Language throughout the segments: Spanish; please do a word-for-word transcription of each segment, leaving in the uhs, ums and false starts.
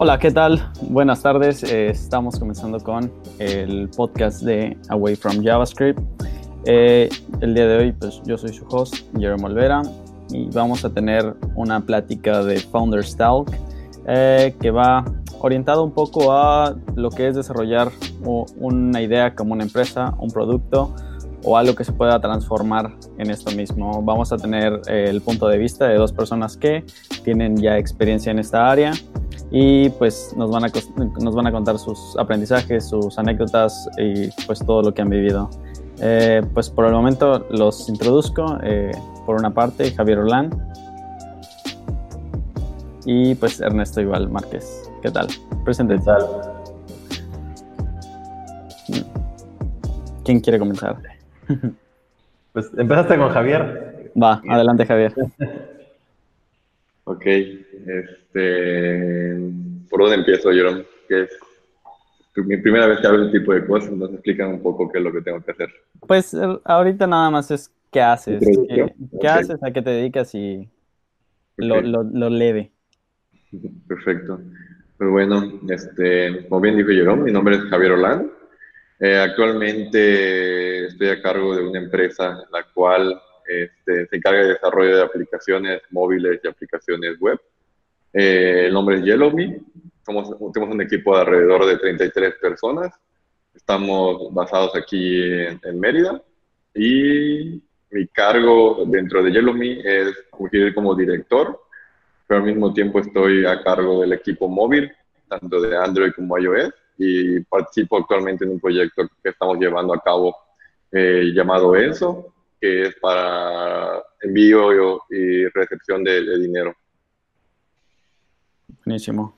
Hola, ¿qué tal? Buenas tardes. Eh, estamos comenzando con el podcast de Away from JavaScript. Eh, el día de hoy, pues yo soy su host, Jerome Olvera, y vamos a tener una plática de Founders Talk eh, que va orientado un poco a lo que es desarrollar una idea como una empresa, un producto o algo que se pueda transformar en esto mismo. Vamos a tener eh, el punto de vista de dos personas que tienen ya experiencia en esta área y pues nos van a, nos van a contar sus aprendizajes, sus anécdotas y pues todo lo que han vivido. Eh, pues por el momento los introduzco. Eh, por una parte, Javier Orlán y pues Ernesto igual Márquez. ¿Qué tal? Presente. ¿Qué tal? ¿Quién quiere comenzar? Pues empezaste con Javier. Va, adelante Javier. Ok, este, ¿por dónde empiezo, Jerome? Que es mi primera vez que hablo de este tipo de cosas, entonces explícame un poco qué es lo que tengo que hacer. Pues ahorita nada más es qué haces, qué, qué Okay. haces, a qué te dedicas y Okay. lo, lo, lo leve. Perfecto. Pues bueno, este, como bien dijo Jerome, mi nombre es Javier Orlán. Eh, actualmente estoy a cargo de una empresa en la cual este, se encarga de desarrollo de aplicaciones móviles y aplicaciones web. Eh, el nombre es YellowMe. Somos, tenemos un equipo de alrededor de treinta y tres personas. Estamos basados aquí en, en Mérida. Y mi cargo dentro de YellowMe es fungir como director, pero al mismo tiempo estoy a cargo del equipo móvil, tanto de Android como iOS. Y participo actualmente en un proyecto que estamos llevando a cabo eh, llamado Enso, que es para envío y recepción de, de dinero. Buenísimo.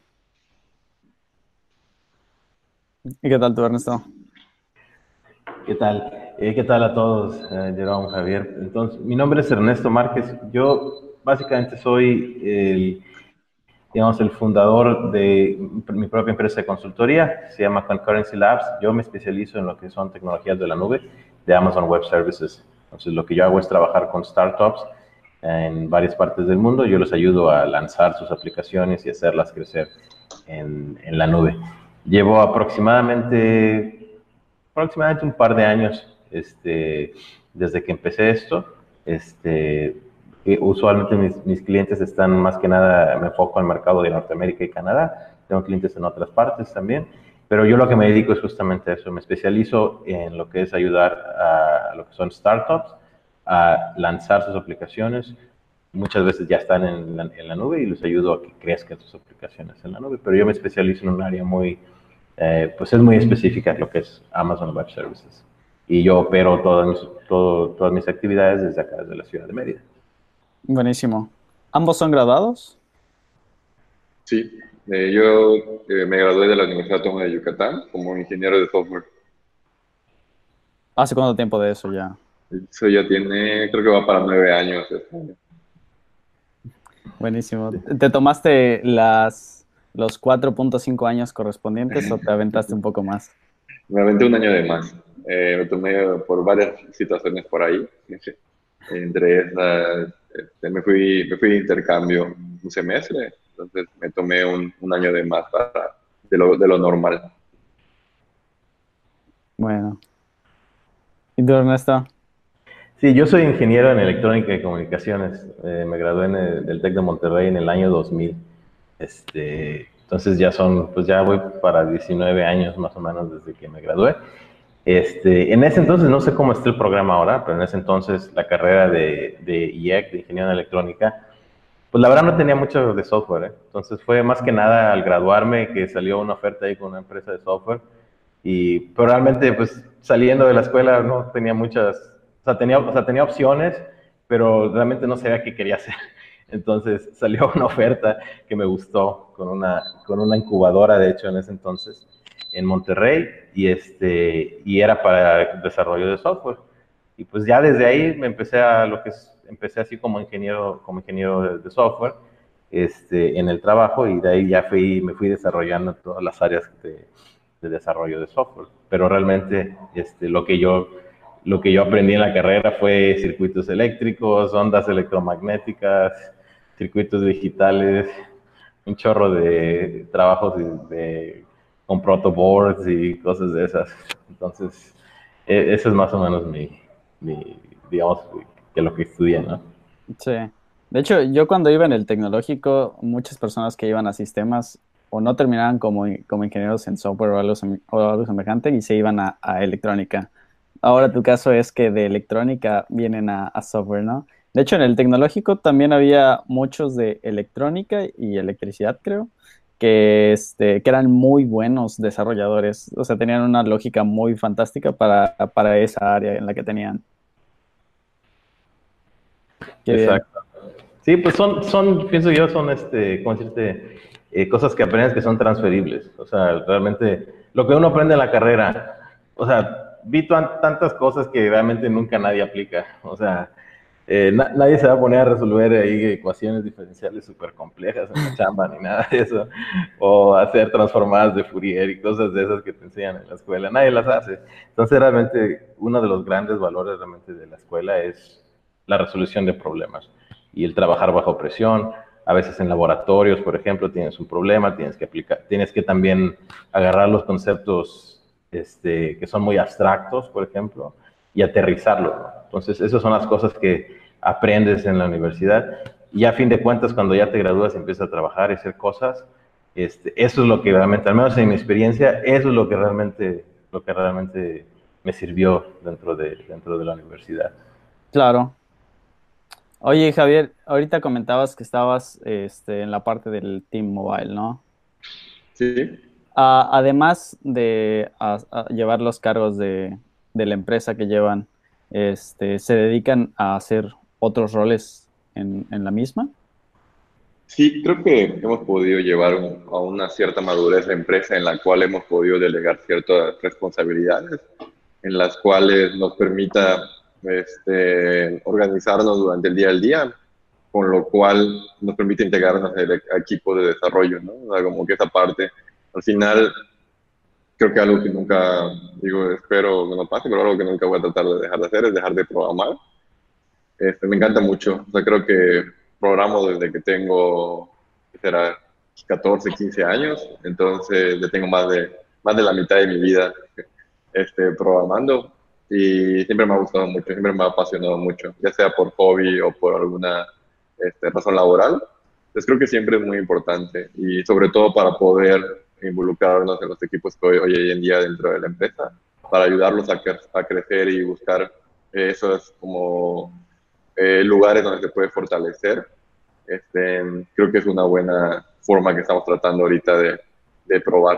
¿Y qué tal tú, Ernesto? ¿Qué tal? Eh, ¿Qué tal a todos, eh, Jerome, Javier? Entonces, mi nombre es Ernesto Márquez. Yo básicamente soy el, digamos, el fundador de mi propia empresa de consultoría. Se llama Concurrency Labs. Yo me especializo en lo que son tecnologías de la nube de Amazon Web Services. Entonces, lo que yo hago es trabajar con startups en varias partes del mundo. Yo los ayudo a lanzar sus aplicaciones y hacerlas crecer en, en la nube. Llevo aproximadamente, aproximadamente un par de años este, desde que empecé esto. Este, usualmente mis, mis clientes están más que nada, me enfoco al mercado de Norteamérica y Canadá. Tengo clientes en otras partes también. Pero yo lo que me dedico es justamente a eso. Me especializo en lo que es ayudar a, a lo que son startups a lanzar sus aplicaciones. Muchas veces ya están en la, en la nube y los ayudo a que crezcan sus aplicaciones en la nube. Pero yo me especializo en un área muy, eh, pues es muy específica, lo que es Amazon Web Services. Y yo opero todas mis, todo, todas mis actividades desde acá, desde la ciudad de Mérida. Buenísimo. ¿Ambos son graduados? Sí, eh, yo eh, me gradué de la Universidad Autónoma de Yucatán como ingeniero de software. ¿Hace cuánto tiempo de eso ya? Eso ya tiene, creo que va para nueve años. Este año. Buenísimo. ¿Te tomaste las, los cuatro punto cinco años correspondientes o te aventaste un poco más? Me aventé un año de más. Eh, me tomé por varias situaciones por ahí. Entre esas, este, me, fui, me fui de intercambio un semestre, entonces me tomé un, un año de más para, de, lo, de lo normal. Bueno. ¿Y tú, Ernesto? Sí, yo soy ingeniero en electrónica y comunicaciones. Eh, me gradué en el, del TEC de Monterrey en el año dos mil. Este, entonces ya son, pues ya voy para diecinueve años más o menos desde que me gradué. Este, en ese entonces, no sé cómo está el programa ahora, pero en ese entonces la carrera de, de I E C, de Ingeniería en Electrónica, pues la verdad no tenía mucho de software, ¿eh? Entonces fue más que nada al graduarme que salió una oferta ahí con una empresa de software. Y, pero realmente, pues saliendo de la escuela no tenía muchas, o sea, tenía, o sea, tenía opciones, pero realmente no sabía qué quería hacer. Entonces salió una oferta que me gustó con una, con una incubadora, de hecho, en ese entonces, en Monterrey, y, este, y era para desarrollo de software. Y pues ya desde ahí me empecé a lo que es, empecé así como ingeniero, como ingeniero de, de software este, en el trabajo, y de ahí ya fui, me fui desarrollando en todas las áreas de, de desarrollo de software. Pero realmente este, lo, que yo, lo que yo aprendí en la carrera fue circuitos eléctricos, ondas electromagnéticas, circuitos digitales, un chorro de trabajos de, de, con protoboards y cosas de esas. Entonces, e, eso es más o menos mi, mi digamos, que lo que estudié, ¿no? Sí. De hecho, yo cuando iba en el tecnológico, muchas personas que iban a sistemas o no terminaban como, como ingenieros en software o algo, semi- o algo semejante y se iban a, a electrónica. Ahora tu caso es que de electrónica vienen a, a software, ¿no? De hecho, en el tecnológico también había muchos de electrónica y electricidad, creo, que, este, que eran muy buenos desarrolladores. O sea, tenían una lógica muy fantástica para, para esa área en la que tenían. Qué bien. Exacto. Sí, pues son, son, pienso yo, son, este, ¿cómo decirte? Eh, cosas que aprendes que son transferibles. O sea, realmente, lo que uno aprende en la carrera, o sea, vi tan- tantas cosas que realmente nunca nadie aplica. O sea, eh, na- nadie se va a poner a resolver ahí ecuaciones diferenciales súper complejas en la chamba ni nada de eso. O hacer transformadas de Fourier y cosas de esas que te enseñan en la escuela. Nadie las hace. Entonces, realmente, uno de los grandes valores realmente de la escuela es la resolución de problemas y el trabajar bajo presión. A veces en laboratorios, por ejemplo, tienes un problema, tienes que aplicar, tienes que también agarrar los conceptos este, que son muy abstractos, por ejemplo, y aterrizarlos, ¿no? Entonces, esas son las cosas que aprendes en la universidad y a fin de cuentas, cuando ya te gradúas y empiezas a trabajar y hacer cosas, este, eso es lo que realmente, al menos en mi experiencia, eso es lo que realmente, lo que realmente me sirvió dentro de, dentro de la universidad. Claro. Oye, Javier, ahorita comentabas que estabas este, en la parte del Team Mobile, ¿no? Sí, Ah, además de a- a llevar los cargos de, de la empresa que llevan, este, ¿se dedican a hacer otros roles en, en la misma? sí, creo que hemos podido llevar un- a una cierta madurez la empresa en la cual hemos podido delegar ciertas responsabilidades, en las cuales nos permita este, organizarnos durante el día al día, con lo cual nos permite integrarnos en el equipo de desarrollo, ¿no? O sea, como que esa parte, al final, creo que algo que nunca, digo, espero que no pase, pero algo que nunca voy a tratar de dejar de hacer es dejar de programar. Este, me encanta mucho. O sea, creo que programo desde que tengo, ¿qué será? catorce, quince años. Entonces, ya tengo más de, más de la mitad de mi vida este, programando. Y siempre me ha gustado mucho, siempre me ha apasionado mucho, ya sea por hobby o por alguna este, razón laboral. Entonces, creo que siempre es muy importante. Y sobre todo para poder involucrarnos en los equipos que hoy, hoy en día dentro de la empresa, para ayudarlos a, cre a crecer y buscar esos como eh, lugares donde se puede fortalecer. Este, creo que es una buena forma que estamos tratando ahorita de, de probar.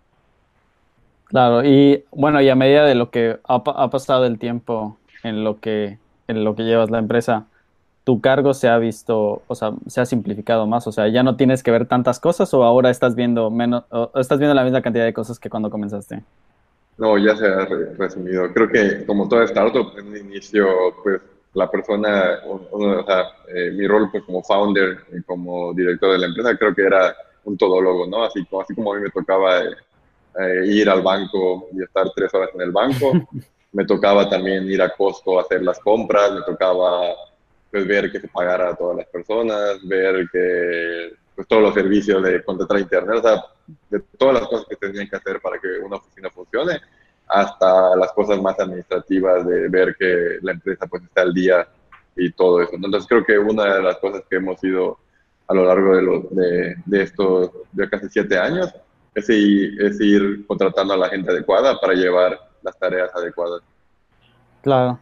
Claro, y bueno, y a medida de lo que ha, pa- ha pasado el tiempo en lo que, en lo que llevas la empresa, tu cargo se ha visto, o sea, se ha simplificado más, o sea, ya no tienes que ver tantas cosas o ahora estás viendo menos, o estás viendo la misma cantidad de cosas que cuando comenzaste. No, ya se ha re- resumido. Creo que como toda startup, en un inicio, pues la persona, o- o- o sea, eh, mi rol pues como founder y como director de la empresa, creo que era un todólogo, ¿no? Así, como- así como a mí me tocaba eh, eh, ir al banco y estar tres horas en el banco, me tocaba también ir a Costco a hacer las compras, me tocaba pues ver que se pagara a todas las personas, ver que pues todos los servicios de contratar internet, o sea, de todas las cosas que tenían que hacer para que una oficina funcione, hasta las cosas más administrativas de ver que la empresa pues está al día y todo eso. Entonces creo que una de las cosas que hemos ido a lo largo de, los, de, de estos de casi siete años es ir, es ir contratando a la gente adecuada para llevar las tareas adecuadas. Claro.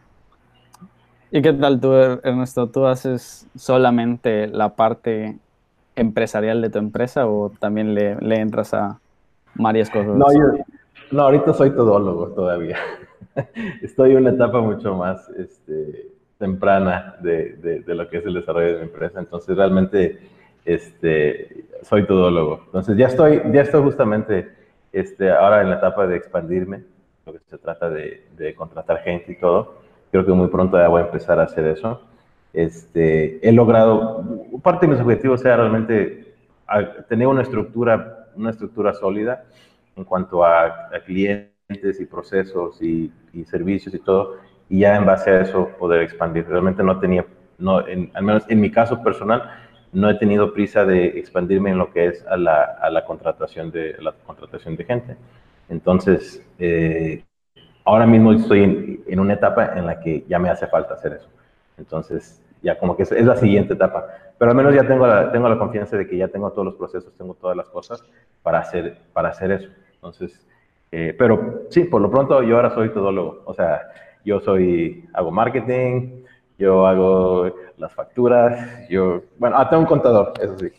¿Y qué tal tú, Er- Ernesto? ¿Tú haces solamente la parte empresarial de tu empresa o también le, le entras a varias No, cosas? yo, no, ahorita soy todólogo todavía. Estoy en una etapa mucho más este, temprana de, de, de, lo que es el desarrollo de mi empresa. Entonces, realmente, este, soy todólogo. Entonces, ya estoy, ya estoy justamente este, ahora en la etapa de expandirme, lo que se trata de, de contratar gente y todo. Creo que muy pronto ya voy a empezar a hacer eso. Este, he logrado, parte de mis objetivos era realmente tener una estructura, una estructura sólida en cuanto a, a clientes y procesos y, y, servicios y todo, y ya en base a eso poder expandir. Realmente no tenía, no, en, al menos en mi caso personal, no he tenido prisa de expandirme en lo que es a la, a la, contratación, de, la contratación de gente. Entonces, eh, ahora mismo estoy en, en una etapa en la que ya me hace falta hacer eso. Entonces, ya como que es, es la siguiente etapa. Pero al menos ya tengo la, tengo la confianza de que ya tengo todos los procesos, tengo todas las cosas para hacer, para hacer eso. Entonces, eh, pero sí, por lo pronto yo ahora soy todólogo. O sea, yo soy, hago marketing, yo hago las facturas, yo, bueno, ah, tengo un contador, eso sí.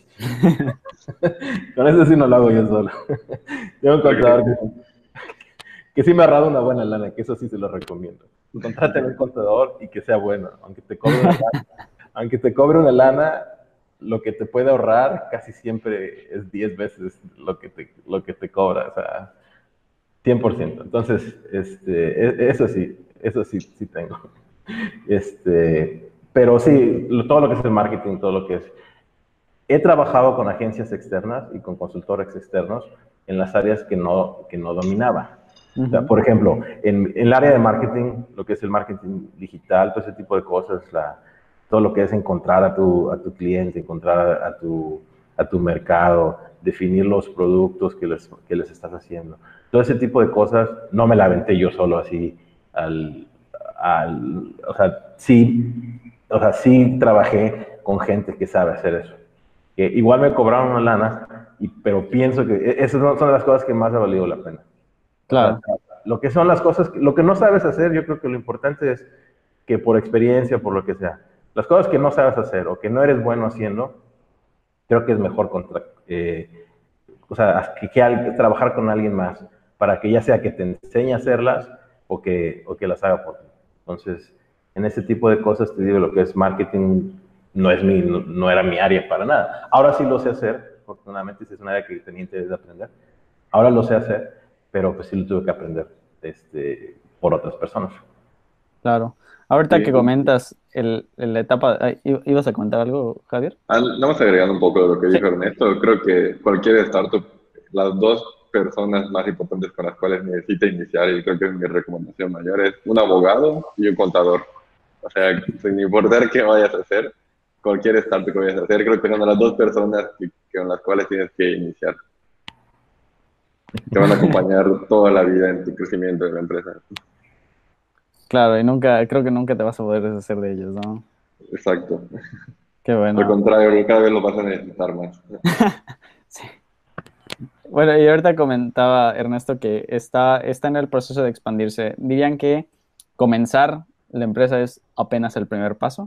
Con eso sí no lo hago yo solo. Tengo un contador que, que sí me ha ahorrado una buena lana, que eso sí se lo recomiendo. Contrátenme un contador y que sea bueno, aunque te cobre una lana, aunque te cobre una lana, lo que te puede ahorrar casi siempre es diez veces lo que te, lo que te cobra, o sea, cien por ciento. Entonces, este, eso sí, eso sí, sí tengo. Este, pero sí, todo lo que es el marketing, todo lo que es... He trabajado con agencias externas y con consultores externos en las áreas que no, que no dominaba. Uh-huh. O sea, por ejemplo, en, en el área de marketing, lo que es el marketing digital, todo ese tipo de cosas, la, todo lo que es encontrar a tu, a tu cliente, encontrar a, a, tu, a tu mercado, definir los productos que les, que les estás haciendo. Todo ese tipo de cosas no me la aventé yo solo así al... al o sea, sí, o sea, sí trabajé con gente que sabe hacer eso. Que igual me cobraron una lana, y, pero pienso que esas son las cosas que más ha valido la pena. Claro. O sea, lo que son las cosas, lo que no sabes hacer, yo creo que lo importante es que por experiencia, por lo que sea, las cosas que no sabes hacer o que no eres bueno haciendo, creo que es mejor contra, eh, o sea, que, que al, trabajar con alguien más para que ya sea que te enseñe a hacerlas o que, o que las haga por ti. Entonces, en ese tipo de cosas te digo, lo que es marketing no, es mi, no, no era mi área para nada. Ahora sí lo sé hacer, afortunadamente es un área que tenía interés de aprender. Ahora lo sé hacer, pero pues sí lo tuve que aprender este, por otras personas. Claro. Ahorita sí, que comentas el, el la etapa, ¿ibas a comentar algo, Javier? Ah, nada más agregando un poco de lo que dijo sí. Ernesto, creo que cualquier startup, las dos personas más importantes con las cuales necesita iniciar, y creo que es mi recomendación mayor, es un abogado y un contador. O sea, sin importar qué vayas a hacer, cualquier startup que vayas a hacer, creo que son las dos personas que, con las cuales tienes que iniciar. Te van a acompañar toda la vida en tu crecimiento de la empresa. Claro, y nunca, creo que nunca te vas a poder deshacer de ellos, ¿no? Exacto. Qué bueno. Al contrario, cada vez lo vas a necesitar más. Sí. Bueno, y ahorita comentaba Ernesto que está, está en el proceso de expandirse. ¿Dirían que comenzar la empresa es apenas el primer paso?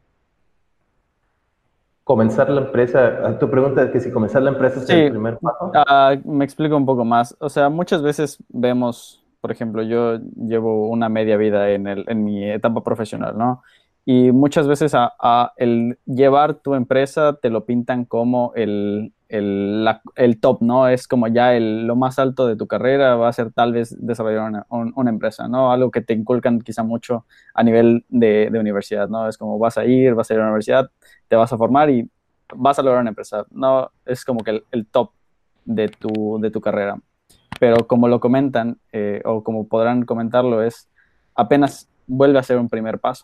Comenzar la empresa, tu pregunta es que si comenzar la empresa es sí. el primer paso. Uh, me explico un poco más. O sea, muchas veces vemos, por ejemplo, yo llevo una media vida en, el, en mi etapa profesional, ¿no? Y muchas veces a, a el llevar tu empresa te lo pintan como el, el, la, el top, ¿no? Es como ya el, lo más alto de tu carrera va a ser tal vez desarrollar una, un, una empresa, ¿no? Algo que te inculcan quizá mucho a nivel de, de universidad, ¿no? Es como vas a ir, vas a ir a la universidad, te vas a formar y vas a lograr una empresa. No, es como que el, el top de tu, de tu carrera. Pero como lo comentan, eh, o como podrán comentarlo, es apenas vuelve a ser un primer paso.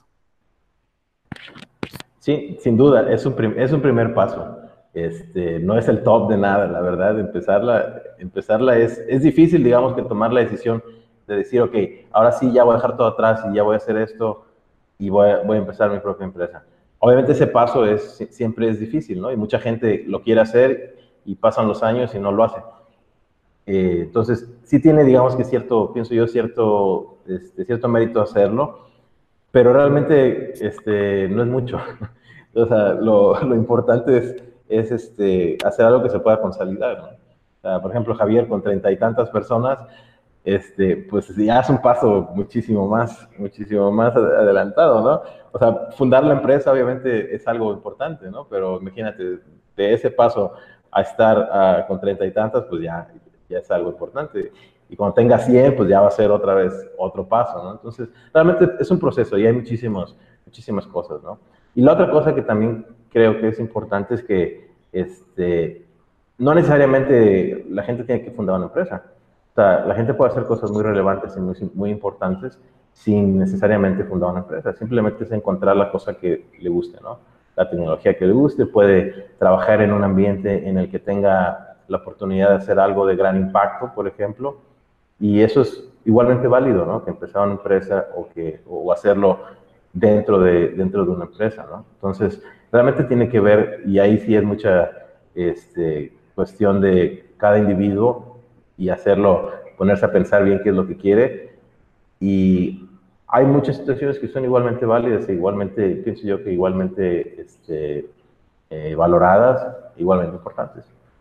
Sí, sin duda, es un, prim es un primer paso. Este, no es el top de nada, la verdad. Empezarla, empezarla es, es difícil, digamos, que tomar la decisión de decir, ok, ahora sí ya voy a dejar todo atrás y ya voy a hacer esto y voy a, voy a empezar mi propia empresa. Obviamente ese paso es, siempre es difícil, ¿no? Y mucha gente lo quiere hacer y pasan los años y no lo hace. Eh, entonces, sí tiene, digamos que cierto, pienso yo, cierto, este, cierto mérito hacerlo, pero realmente este, no es mucho. O sea, lo, lo importante es, es este, hacer algo que se pueda consolidar, ¿no? O sea, por ejemplo, Javier, con treinta y tantas personas, este, pues ya es un paso muchísimo más, muchísimo más adelantado, ¿no? O sea, fundar la empresa obviamente es algo importante, ¿no? Pero imagínate, de ese paso a estar uh, con treinta y tantas, pues ya, ya es algo importante. Y cuando tenga cien, pues ya va a ser otra vez otro paso, ¿no? Entonces, realmente es un proceso y hay muchísimos, muchísimas cosas, ¿no? Y la otra cosa que también creo que es importante es que este, no necesariamente la gente tiene que fundar una empresa. O sea, la gente puede hacer cosas muy relevantes y muy, muy importantes sin necesariamente fundar una empresa. Simplemente es encontrar la cosa que le guste, ¿no? la tecnología que le guste, puede trabajar en un ambiente en el que tenga la oportunidad de hacer algo de gran impacto, por ejemplo, y eso es igualmente válido, ¿no? Que empezar una empresa o, que, o hacerlo dentro de, dentro de una empresa, ¿no? Entonces, realmente tiene que ver, y ahí sí es mucha este, cuestión de cada individuo y hacerlo, ponerse a pensar bien qué es lo que quiere. Y hay muchas situaciones que son igualmente válidas e igualmente, pienso yo que igualmente este, eh, valoradas, igualmente importantes.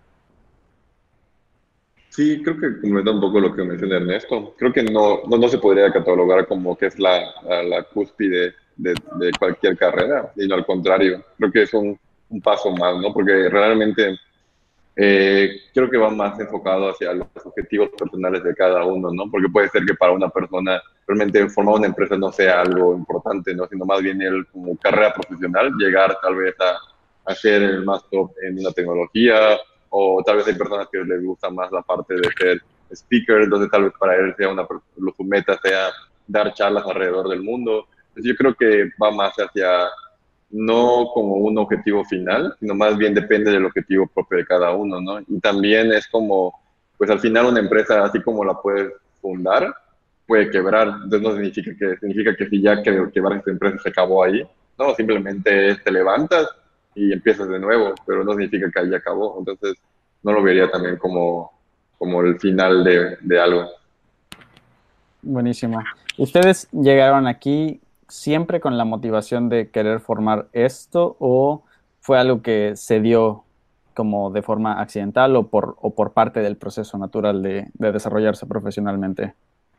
Sí, creo que comenta un poco lo que menciona Ernesto. Creo que no, no, no se podría catalogar como que es la, la, la cúspide de, de cualquier carrera, sino al contrario, creo que es un, un paso más, ¿no? Porque realmente eh, creo que va más enfocado hacia los objetivos personales de cada uno, ¿no? Porque puede ser que para una persona realmente formar una empresa no sea algo importante, ¿no? Sino más bien él como carrera profesional, llegar tal vez a, a ser el más top en una tecnología, o tal vez hay personas que les gusta más la parte de ser speaker, entonces tal vez para él sea una, su meta sea dar charlas alrededor del mundo. Entonces yo creo que va más hacia no como un objetivo final, sino más bien depende del objetivo propio de cada uno, ¿no? Y también es como, pues al final una empresa, así como la puedes fundar, puede quebrar. Entonces no significa que, significa que si ya que quebrar esta empresa se acabó ahí, no, simplemente te levantas y empiezas de nuevo, pero no significa que ahí acabó. Entonces no lo vería también como, como el final de, de algo. Buenísimo. ¿Ustedes llegaron aquí siempre con la motivación de querer formar esto o fue algo que se dio como de forma accidental o por, o por parte del proceso natural de, de desarrollarse profesionalmente?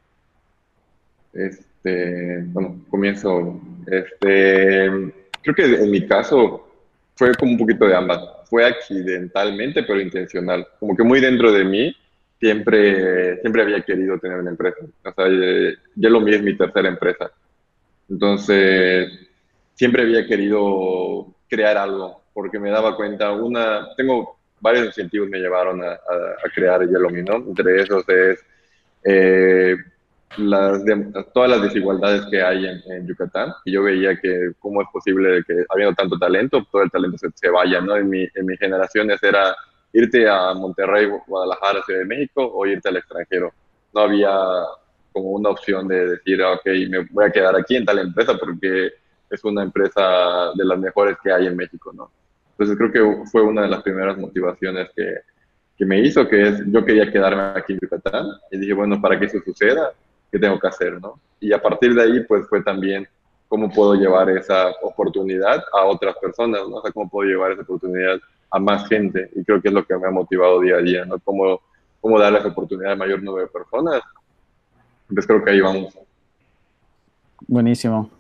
Este, bueno, comienzo. Este, creo que en mi caso fue como un poquito de ambas. Fue accidentalmente, pero intencional. Como que muy dentro de mí siempre, siempre había querido tener una empresa. O sea, eh, ya lo mío es mi tercera empresa. Entonces, siempre había querido crear algo, porque me daba cuenta, una, tengo varios incentivos me llevaron a, a, a crear Yellow, ¿no? Entre esos es eh, las de, todas las desigualdades que hay en, en, Yucatán, y yo veía que cómo es posible que habiendo tanto talento, todo el talento se, se vaya, ¿no? En mi, en mis generaciones era irte a Monterrey, Guadalajara, Ciudad de México, o irte al extranjero. No había como una opción de decir, ok, me voy a quedar aquí en tal empresa porque es una empresa de las mejores que hay en México, ¿no? Entonces creo que fue una de las primeras motivaciones que, que me hizo, que es, yo quería quedarme aquí en Yucatán, y dije, bueno, para que eso suceda, ¿qué tengo que hacer, no? Y a partir de ahí, pues fue también cómo puedo llevar esa oportunidad a otras personas, ¿no? O sea, cómo puedo llevar esa oportunidad a más gente, y creo que es lo que me ha motivado día a día, ¿no? Cómo, cómo darle esa oportunidad a mayor número de personas. Entonces creo que ahí vamos. Buenísimo.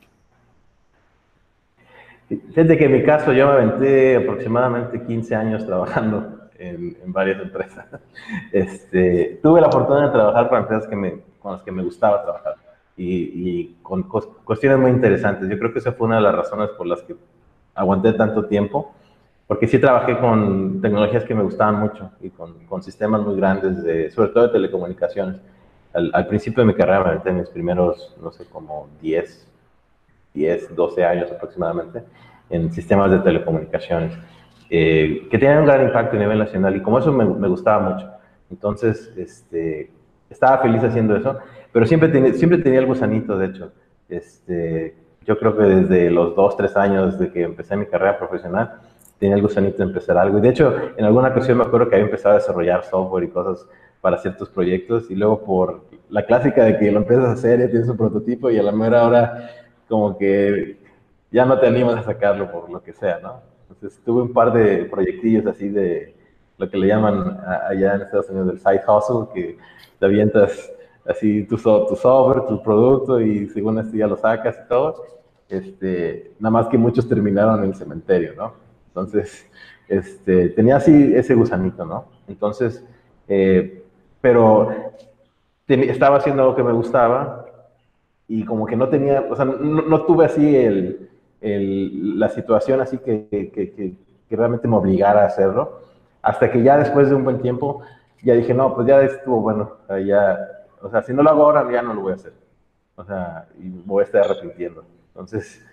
Desde que en mi caso yo me aventé aproximadamente quince años trabajando en, en varias empresas. Este, tuve la fortuna de trabajar para empresas que me, con las que me gustaba trabajar y, y con cuestiones muy interesantes. Yo creo que esa fue una de las razones por las que aguanté tanto tiempo, porque sí trabajé con tecnologías que me gustaban mucho y con, con sistemas muy grandes, de, sobre todo de telecomunicaciones. Al, al principio de mi carrera me aventé mis primeros, no sé, como diez, doce años aproximadamente, en sistemas de telecomunicaciones, eh, que tenían un gran impacto a nivel nacional, y como eso me, me gustaba mucho. Entonces, este, estaba feliz haciendo eso, pero siempre, ten, siempre tenía el gusanito, de hecho. Este, yo creo que desde los dos, tres años de que empecé mi carrera profesional, tenía el gusanito de empezar algo. Y de hecho, en alguna ocasión me acuerdo que había empezado a desarrollar software y cosas para ciertos proyectos, y luego por la clásica de que lo empiezas a hacer, ya tienes un prototipo, y a la mera hora como que ya no te animas a sacarlo por lo que sea, ¿no? Entonces tuve un par de proyectillos así de lo que le llaman allá en Estados Unidos del side hustle, que te avientas así tu, tu software, tu producto, y según esto ya lo sacas y todo. Este, nada más que muchos terminaron en el cementerio, ¿no? Entonces, este, tenía así ese gusanito, ¿no? Entonces, eh, pero ten, estaba haciendo algo que me gustaba, y como que no tenía, o sea, no, no tuve así el, el, la situación así que, que, que, que realmente me obligara a hacerlo, hasta que ya después de un buen tiempo, ya dije, no, pues ya estuvo bueno, ya, o sea, si no lo hago ahora, ya no lo voy a hacer, o sea, y me voy a estar arrepintiendo. Entonces,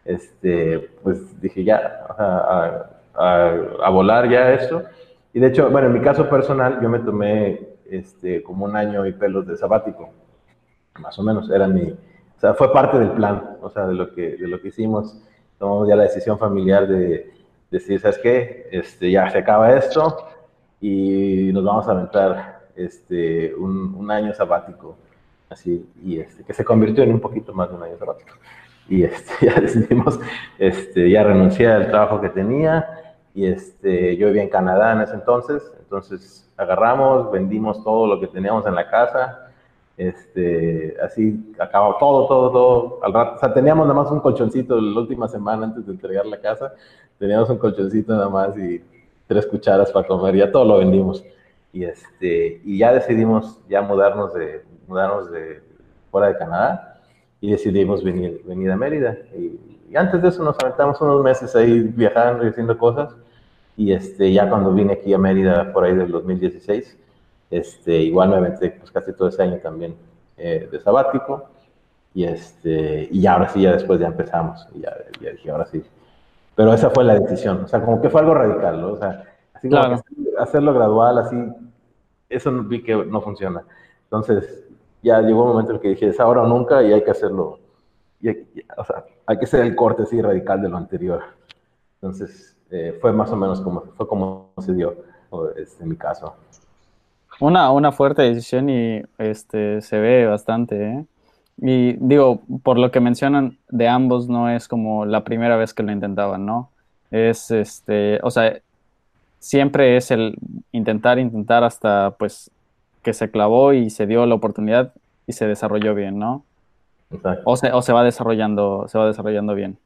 este, pues dije ya, a, a, a volar ya esto. Y de hecho, bueno, en mi caso personal, yo me tomé este, como un año y pelos de sabático, más o menos, era mi, o sea, fue parte del plan, o sea, de lo que, de lo que hicimos. Tomamos ya la decisión familiar de decir, ¿sabes qué? Este, ya se acaba esto y nos vamos a aventar este, un, un año sabático, así, y este, que se convirtió en un poquito más de un año sabático. Y este, ya decidimos, este, ya renuncié al trabajo que tenía, y este, yo vivía en Canadá en ese entonces, entonces agarramos, vendimos todo lo que teníamos en la casa, este, así acabó todo, todo, todo, al rato, o sea, teníamos nada más un colchoncito la última semana antes de entregar la casa, teníamos un colchoncito nada más y tres cucharas para comer, ya todo lo vendimos, y este, y ya decidimos ya mudarnos de, mudarnos de fuera de Canadá, y decidimos venir, venir a Mérida, y, y antes de eso nos aventamos unos meses ahí viajando y haciendo cosas, y este, ya cuando vine aquí a Mérida por ahí del dos mil dieciséis, este, igual me aventé pues, casi todo ese año también eh, de sabático, y, este, y ya ahora sí, ya después ya empezamos, y ya, ya dije, ahora sí. Pero esa fue la decisión, o sea, como que fue algo radical, ¿no? O sea, así como Claro. que hacerlo gradual, así, eso vi que no funciona. Entonces, ya llegó un momento en el que dije, es ahora o nunca, y hay que hacerlo, y hay, o sea, hay que hacer el corte así radical de lo anterior. Entonces, eh, fue más o menos como, fue como se dio, este, en mi caso. Una, una fuerte decisión y este se ve bastante, ¿eh? Y digo, por lo que mencionan de ambos, no es como la primera vez que lo intentaban, ¿no? Es este, o sea, siempre es el intentar, intentar hasta pues que se clavó y se dio la oportunidad y se desarrolló bien, ¿no? Exacto. O se, o se va desarrollando, se va desarrollando bien.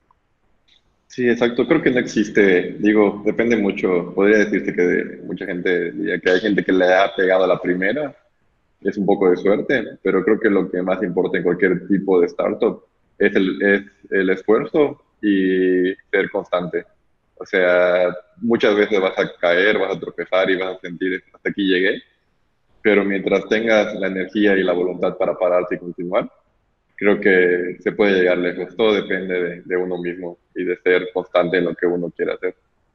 Sí, exacto. Creo que no existe, digo, depende mucho. Podría decirse que de- mucha gente diría que hay gente que le ha pegado a la primera, es un poco de suerte, pero creo que lo que más importa en cualquier tipo de startup es el, es el esfuerzo y ser constante. O sea, muchas veces vas a caer, vas a tropezar y vas a sentir hasta aquí llegué, pero mientras tengas la energía y la voluntad para pararte y continuar, creo que se puede llegar lejos. Todo depende de, de uno mismo y de ser constante en lo que uno quiere hacer.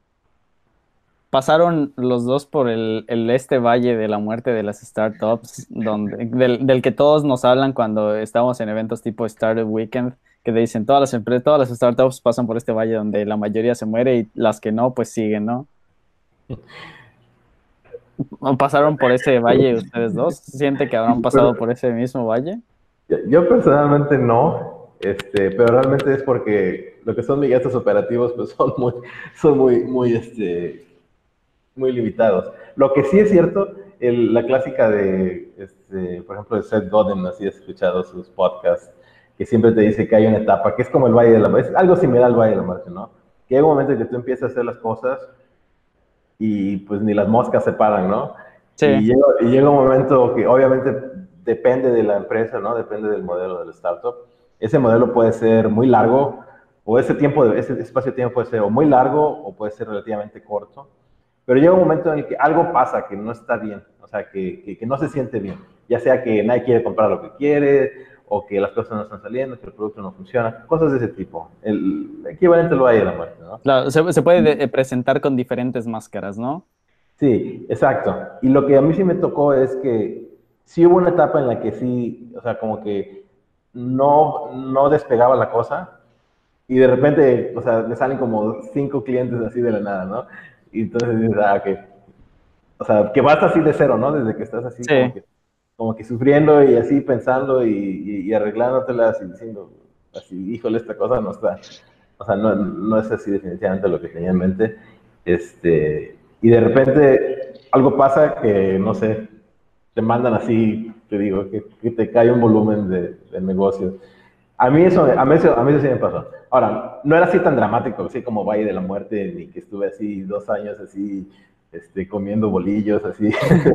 Pasaron los dos por el, el este valle de la muerte de las startups, donde, del, del que todos nos hablan cuando estamos en eventos tipo Startup Weekend, que te dicen todas las empresas, todas las startups pasan por este valle donde la mayoría se muere y las que no, pues siguen, ¿no? ¿No pasaron por ese valle ustedes dos? ¿Siente que habrán Pero pasado por ese mismo valle? yo, yo personalmente no, este, pero realmente es porque lo que son mis gastos operativos pues son muy, son muy, muy, este, muy limitados. Lo que sí es cierto, el, la clásica de, este, por ejemplo, de Seth Godin, así he escuchado sus podcasts, que siempre te dice que hay una etapa, que es como el Valle de la Muerte, es algo similar al Valle de la Muerte, ¿no? Que hay un momento en que tú empiezas a hacer las cosas y pues ni las moscas se paran, ¿no? Sí, Y llega, y llega un momento que obviamente depende de la empresa, ¿no? Depende del modelo del startup. Ese modelo puede ser muy largo, o ese tiempo, de, ese espacio de tiempo puede ser o muy largo o puede ser relativamente corto. Pero llega un momento en el que algo pasa que no está bien, o sea, que, que, que no se siente bien. Ya sea que nadie quiere comprar lo que quiere, o que las cosas no están saliendo, que el producto no funciona, cosas de ese tipo. El equivalente lo hay de la muerte, ¿no? claro, se, se puede de- presentar con diferentes máscaras, ¿no? Sí, exacto. Y lo que a mí sí me tocó es que sí hubo una etapa en la que sí, o sea, como que no, no despegaba la cosa y de repente, o sea, me salen como cinco clientes así de la nada, ¿no? Y entonces dices, ah, ok. O sea, que vas así de cero, ¿no? Desde que estás así como Sí, que, como que sufriendo y así pensando y, y, y arreglándotelas y diciendo, así, híjole, esta cosa no está, o sea, no, no es así definitivamente lo que tenía en mente. Este, y de repente algo pasa que, no sé, te mandan así, te digo, que, que te cae un volumen de, de negocios. A mí, eso, a, mí eso, a mí eso sí me pasó. Ahora, no era así tan dramático, así como Valle de la Muerte, ni que estuve así dos años así, este, comiendo bolillos, así.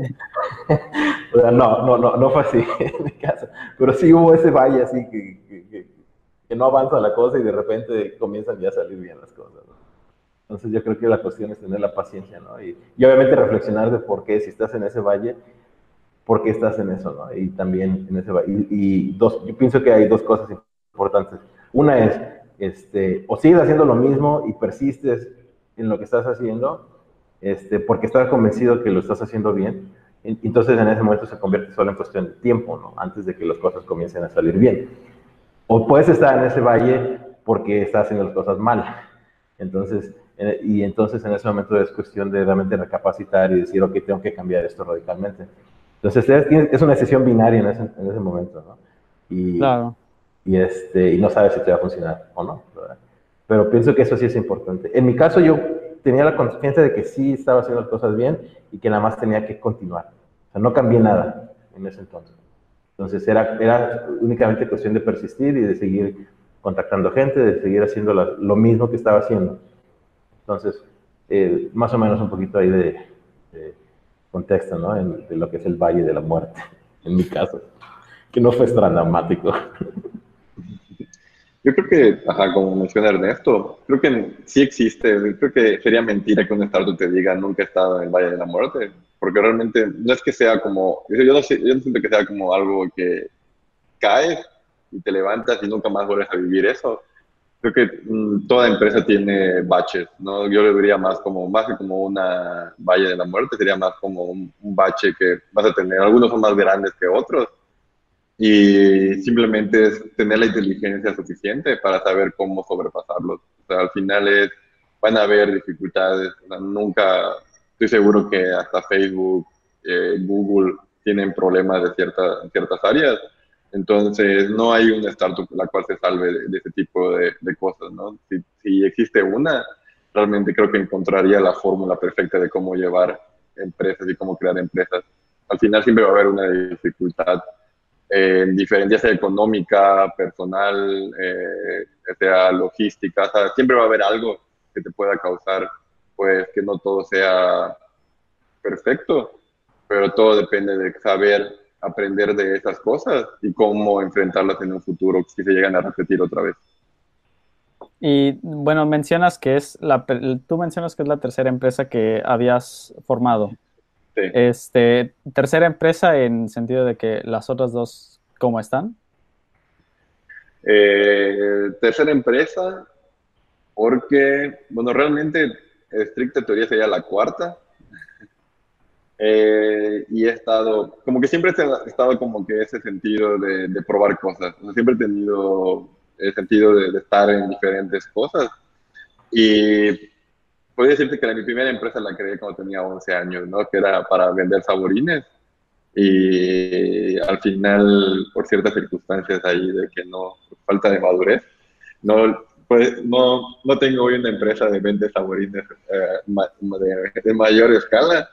O sea, no, no, no, no fue así en mi casa. Pero sí hubo ese valle así que, que, que, que no avanza la cosa y de repente comienzan ya a salir bien las cosas, ¿no? Entonces yo creo que la cuestión es tener la paciencia, ¿no? Y, y obviamente reflexionar de por qué, si estás en ese valle, por qué estás en eso, ¿no? Y también en ese valle. Y, y dos, yo pienso que hay dos cosas importantes. Una es este, o sigues haciendo lo mismo y persistes en lo que estás haciendo, este, porque estás convencido que lo estás haciendo bien, entonces en ese momento se convierte solo en cuestión de tiempo, ¿no? Antes de que las cosas comiencen a salir bien. O puedes estar en ese valle porque estás haciendo las cosas mal. Entonces, eh, y entonces en ese momento es cuestión de realmente recapacitar y decir, ok, tengo que cambiar esto radicalmente. Entonces es, es una decisión binaria en ese, en ese momento, ¿no? Y, Claro. y, este, y no sabes si te va a funcionar o no, ¿verdad? Pero pienso que eso sí es importante. En mi caso yo tenía la conciencia de que sí estaba haciendo las cosas bien y que nada más tenía que continuar. O sea, no cambié nada en ese entonces. Entonces era, era únicamente cuestión de persistir y de seguir contactando gente, de seguir haciendo la, lo mismo que estaba haciendo. Entonces, eh, más o menos un poquito ahí de, de contexto, ¿no? En, de lo que es el Valle de la Muerte, en mi caso, que no fue tan dramático. Yo creo que, ajá, como menciona Ernesto, creo que sí existe. Creo que sería mentira que un startup te diga nunca he estado en el Valle de la Muerte, porque realmente no es que sea como, yo no, sé, yo no siento que sea como algo que caes y te levantas y nunca más vuelves a vivir eso. Creo que mmm, toda empresa tiene baches, ¿no? Yo lo vería más como, más que como una Valle de la Muerte, sería más como un, un bache que vas a tener. Algunos son más grandes que otros, y simplemente es tener la inteligencia suficiente para saber cómo sobrepasarlos. O sea, al final es, van a haber dificultades. O sea, nunca, estoy seguro que hasta Facebook, eh, Google tienen problemas de cierta, ciertas áreas. Entonces, no hay una startup la cual se salve de, de ese tipo de, de cosas, ¿no? Si, si existe una, realmente creo que encontraría la fórmula perfecta de cómo llevar empresas y cómo crear empresas. Al final siempre va a haber una dificultad eh, diferente, ya sea económica, personal, eh, sea logística, o sea, siempre va a haber algo que te pueda causar, pues, que no todo sea perfecto, pero todo depende de saber aprender de esas cosas y cómo enfrentarlas en un futuro si se llegan a repetir otra vez. Y bueno, mencionas que es la, tú mencionas que es la tercera empresa que habías formado. Sí. Este, tercera empresa en sentido de que las otras dos, ¿cómo están? Eh, tercera empresa, porque, bueno, realmente, estricta teoría sería la cuarta. Eh, y he estado, como que siempre he estado como que ese sentido de, de probar cosas. O sea, siempre he tenido el sentido de, de estar en diferentes cosas. Y podría decirte que mi primera empresa la creé cuando tenía once años, ¿no? Que era para vender saborines. Y al final, por ciertas circunstancias ahí de que no, falta de madurez, no, pues, no, no tengo hoy una empresa de venta de saborines eh, de, de mayor escala,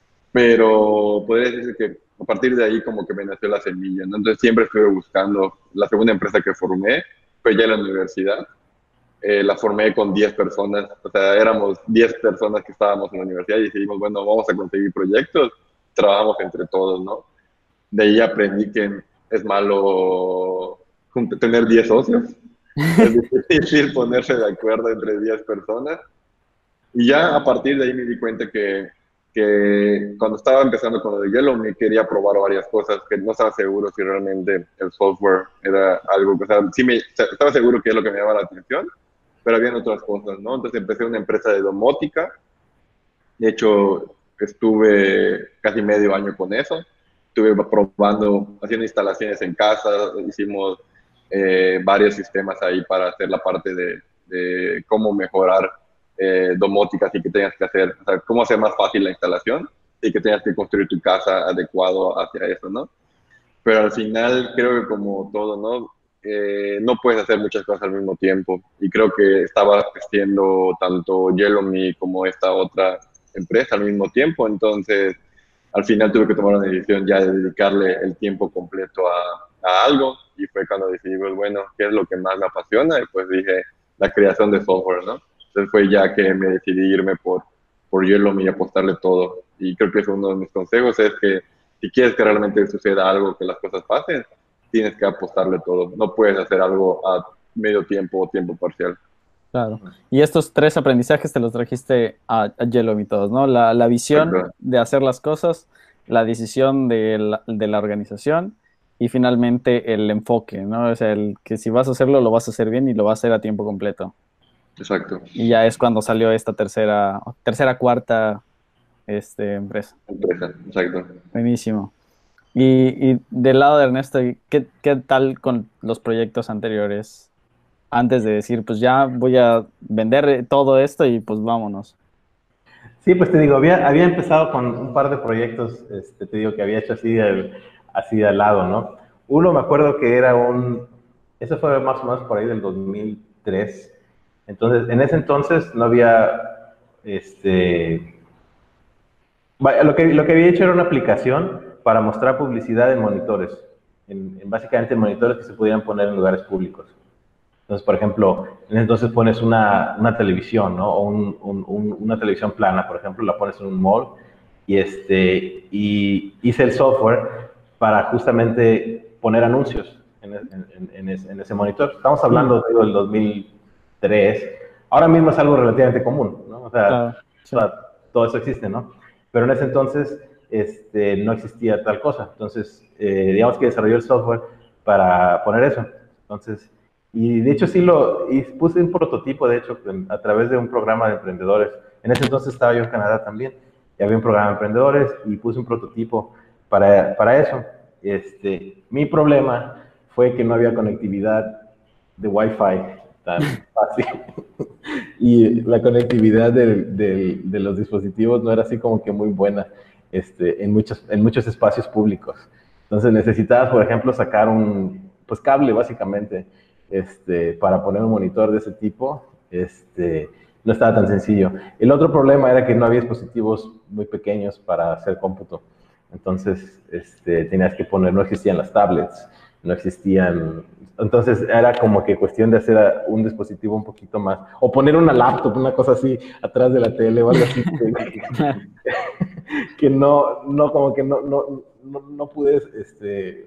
pero podría decirse que a partir de ahí como que me nació la semilla, ¿no? Entonces siempre estuve buscando. La segunda empresa que formé fue ya en la universidad. Eh, la formé con diez personas, o sea, éramos diez personas que estábamos en la universidad y decidimos, bueno, vamos a conseguir proyectos, trabajamos entre todos, ¿no? De ahí aprendí que es malo tener diez socios, es difícil ponerse de acuerdo entre diez personas, y ya a partir de ahí me di cuenta que, que cuando estaba empezando con lo de Yellow me quería probar varias cosas, que no estaba seguro si realmente el software era algo, o sea, sí me, estaba seguro que es lo que me llamaba la atención, pero habían otras cosas, ¿no? Entonces empecé una empresa de domótica. De hecho, estuve casi medio año con eso. Estuve probando, haciendo instalaciones en casa, hicimos eh, varios sistemas ahí para hacer la parte de, de cómo mejorar eh, domótica, y que tengas que hacer, o sea, cómo hacer más fácil la instalación y que tengas que construir tu casa adecuado hacia eso, ¿no? Pero al final creo que como todo, ¿no? Eh, no puedes hacer muchas cosas al mismo tiempo, y creo que estaba haciendo tanto Yellow Me como esta otra empresa al mismo tiempo. Entonces al final tuve que tomar una decisión ya de dedicarle el tiempo completo a, a algo, y fue cuando decidí, pues, bueno, ¿qué es lo que más me apasiona? Y pues dije, la creación de software, ¿no? Entonces fue ya que me decidí irme por, por Yellow Me y apostarle todo, y creo que es uno de mis consejos, es que si quieres que realmente suceda algo, que las cosas pasen, tienes que apostarle todo. No puedes hacer algo a medio tiempo o tiempo parcial. Claro. Y estos tres aprendizajes te los trajiste a, a Yellow Me todos, ¿no? La, la visión Exacto. de hacer las cosas, la decisión de la, de la organización y finalmente el enfoque, ¿no? O sea, el que si vas a hacerlo, lo vas a hacer bien y lo vas a hacer a tiempo completo. Exacto. Y ya es cuando salió esta tercera, tercera, cuarta este, empresa. Empresa, exacto. Buenísimo. Y, y del lado de Ernesto, ¿qué, ¿qué tal con los proyectos anteriores? Antes de decir, pues ya voy a vender todo esto y pues vámonos. Sí, pues te digo, había, había empezado con un par de proyectos, este, te digo, que había hecho así, al, así al lado, ¿no? Uno me acuerdo que era un, eso fue más o menos por ahí del dos mil tres. Entonces, en ese entonces no había, este, vaya, lo que, lo que había hecho era una aplicación para mostrar publicidad en monitores, en, en básicamente en monitores que se pudieran poner en lugares públicos. Entonces, por ejemplo, en ese entonces pones una, una televisión, ¿no? O un, un, un, una televisión plana, por ejemplo, la pones en un mall y, este, y hice el software para justamente poner anuncios en, en, en, ese, en ese monitor. Estamos hablando digo, del dos mil tres. Ahora mismo es algo relativamente común, ¿no? O sea, Claro, sí. o sea todo eso existe, ¿no? Pero en ese entonces este, no existía tal cosa. Entonces, eh, digamos que desarrolló el software para poner eso. Entonces, y de hecho sí lo y puse un prototipo, de hecho, a través de un programa de emprendedores. En ese entonces estaba yo en Canadá también, y había un programa de emprendedores y puse un prototipo para, para eso. Este, mi problema fue que no había conectividad de Wi-Fi tan fácil. Y la conectividad de, de, de, los dispositivos no era así como que muy buena este, en, muchos, en muchos espacios públicos. Entonces necesitabas, por ejemplo, sacar un pues, cable básicamente este, para poner un monitor de ese tipo. Este, no estaba tan sencillo. El otro problema era que no había dispositivos muy pequeños para hacer cómputo. Entonces este, tenías que poner, no existían las tablets, no existían. Entonces era como que cuestión de hacer un dispositivo un poquito más, o poner una laptop, una cosa así, atrás de la tele o algo así. Que, que no, no, como que no, no, no, no pude, este,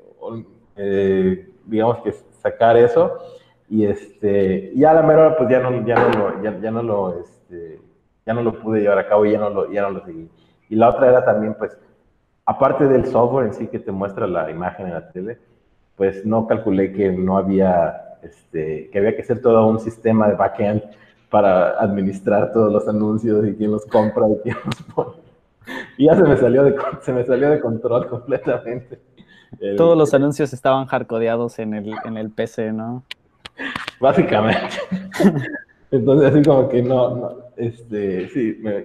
eh, digamos que sacar eso. Y este, ya a la mera hora, pues ya no, ya no lo, ya, ya no lo, este, ya no lo pude llevar a cabo y ya no lo, ya no lo seguí. Y la otra era también, pues, aparte del software en sí que te muestra la imagen en la tele, pues no calculé que no había, este, que había que hacer todo un sistema de backend para administrar todos los anuncios y quién los compra y quién los pone. Y ya se me salió de, se me salió de control completamente. El, Todos los anuncios estaban hardcodeados en el, en el P C, ¿no? Básicamente. Entonces, así como que no, no este, sí, me,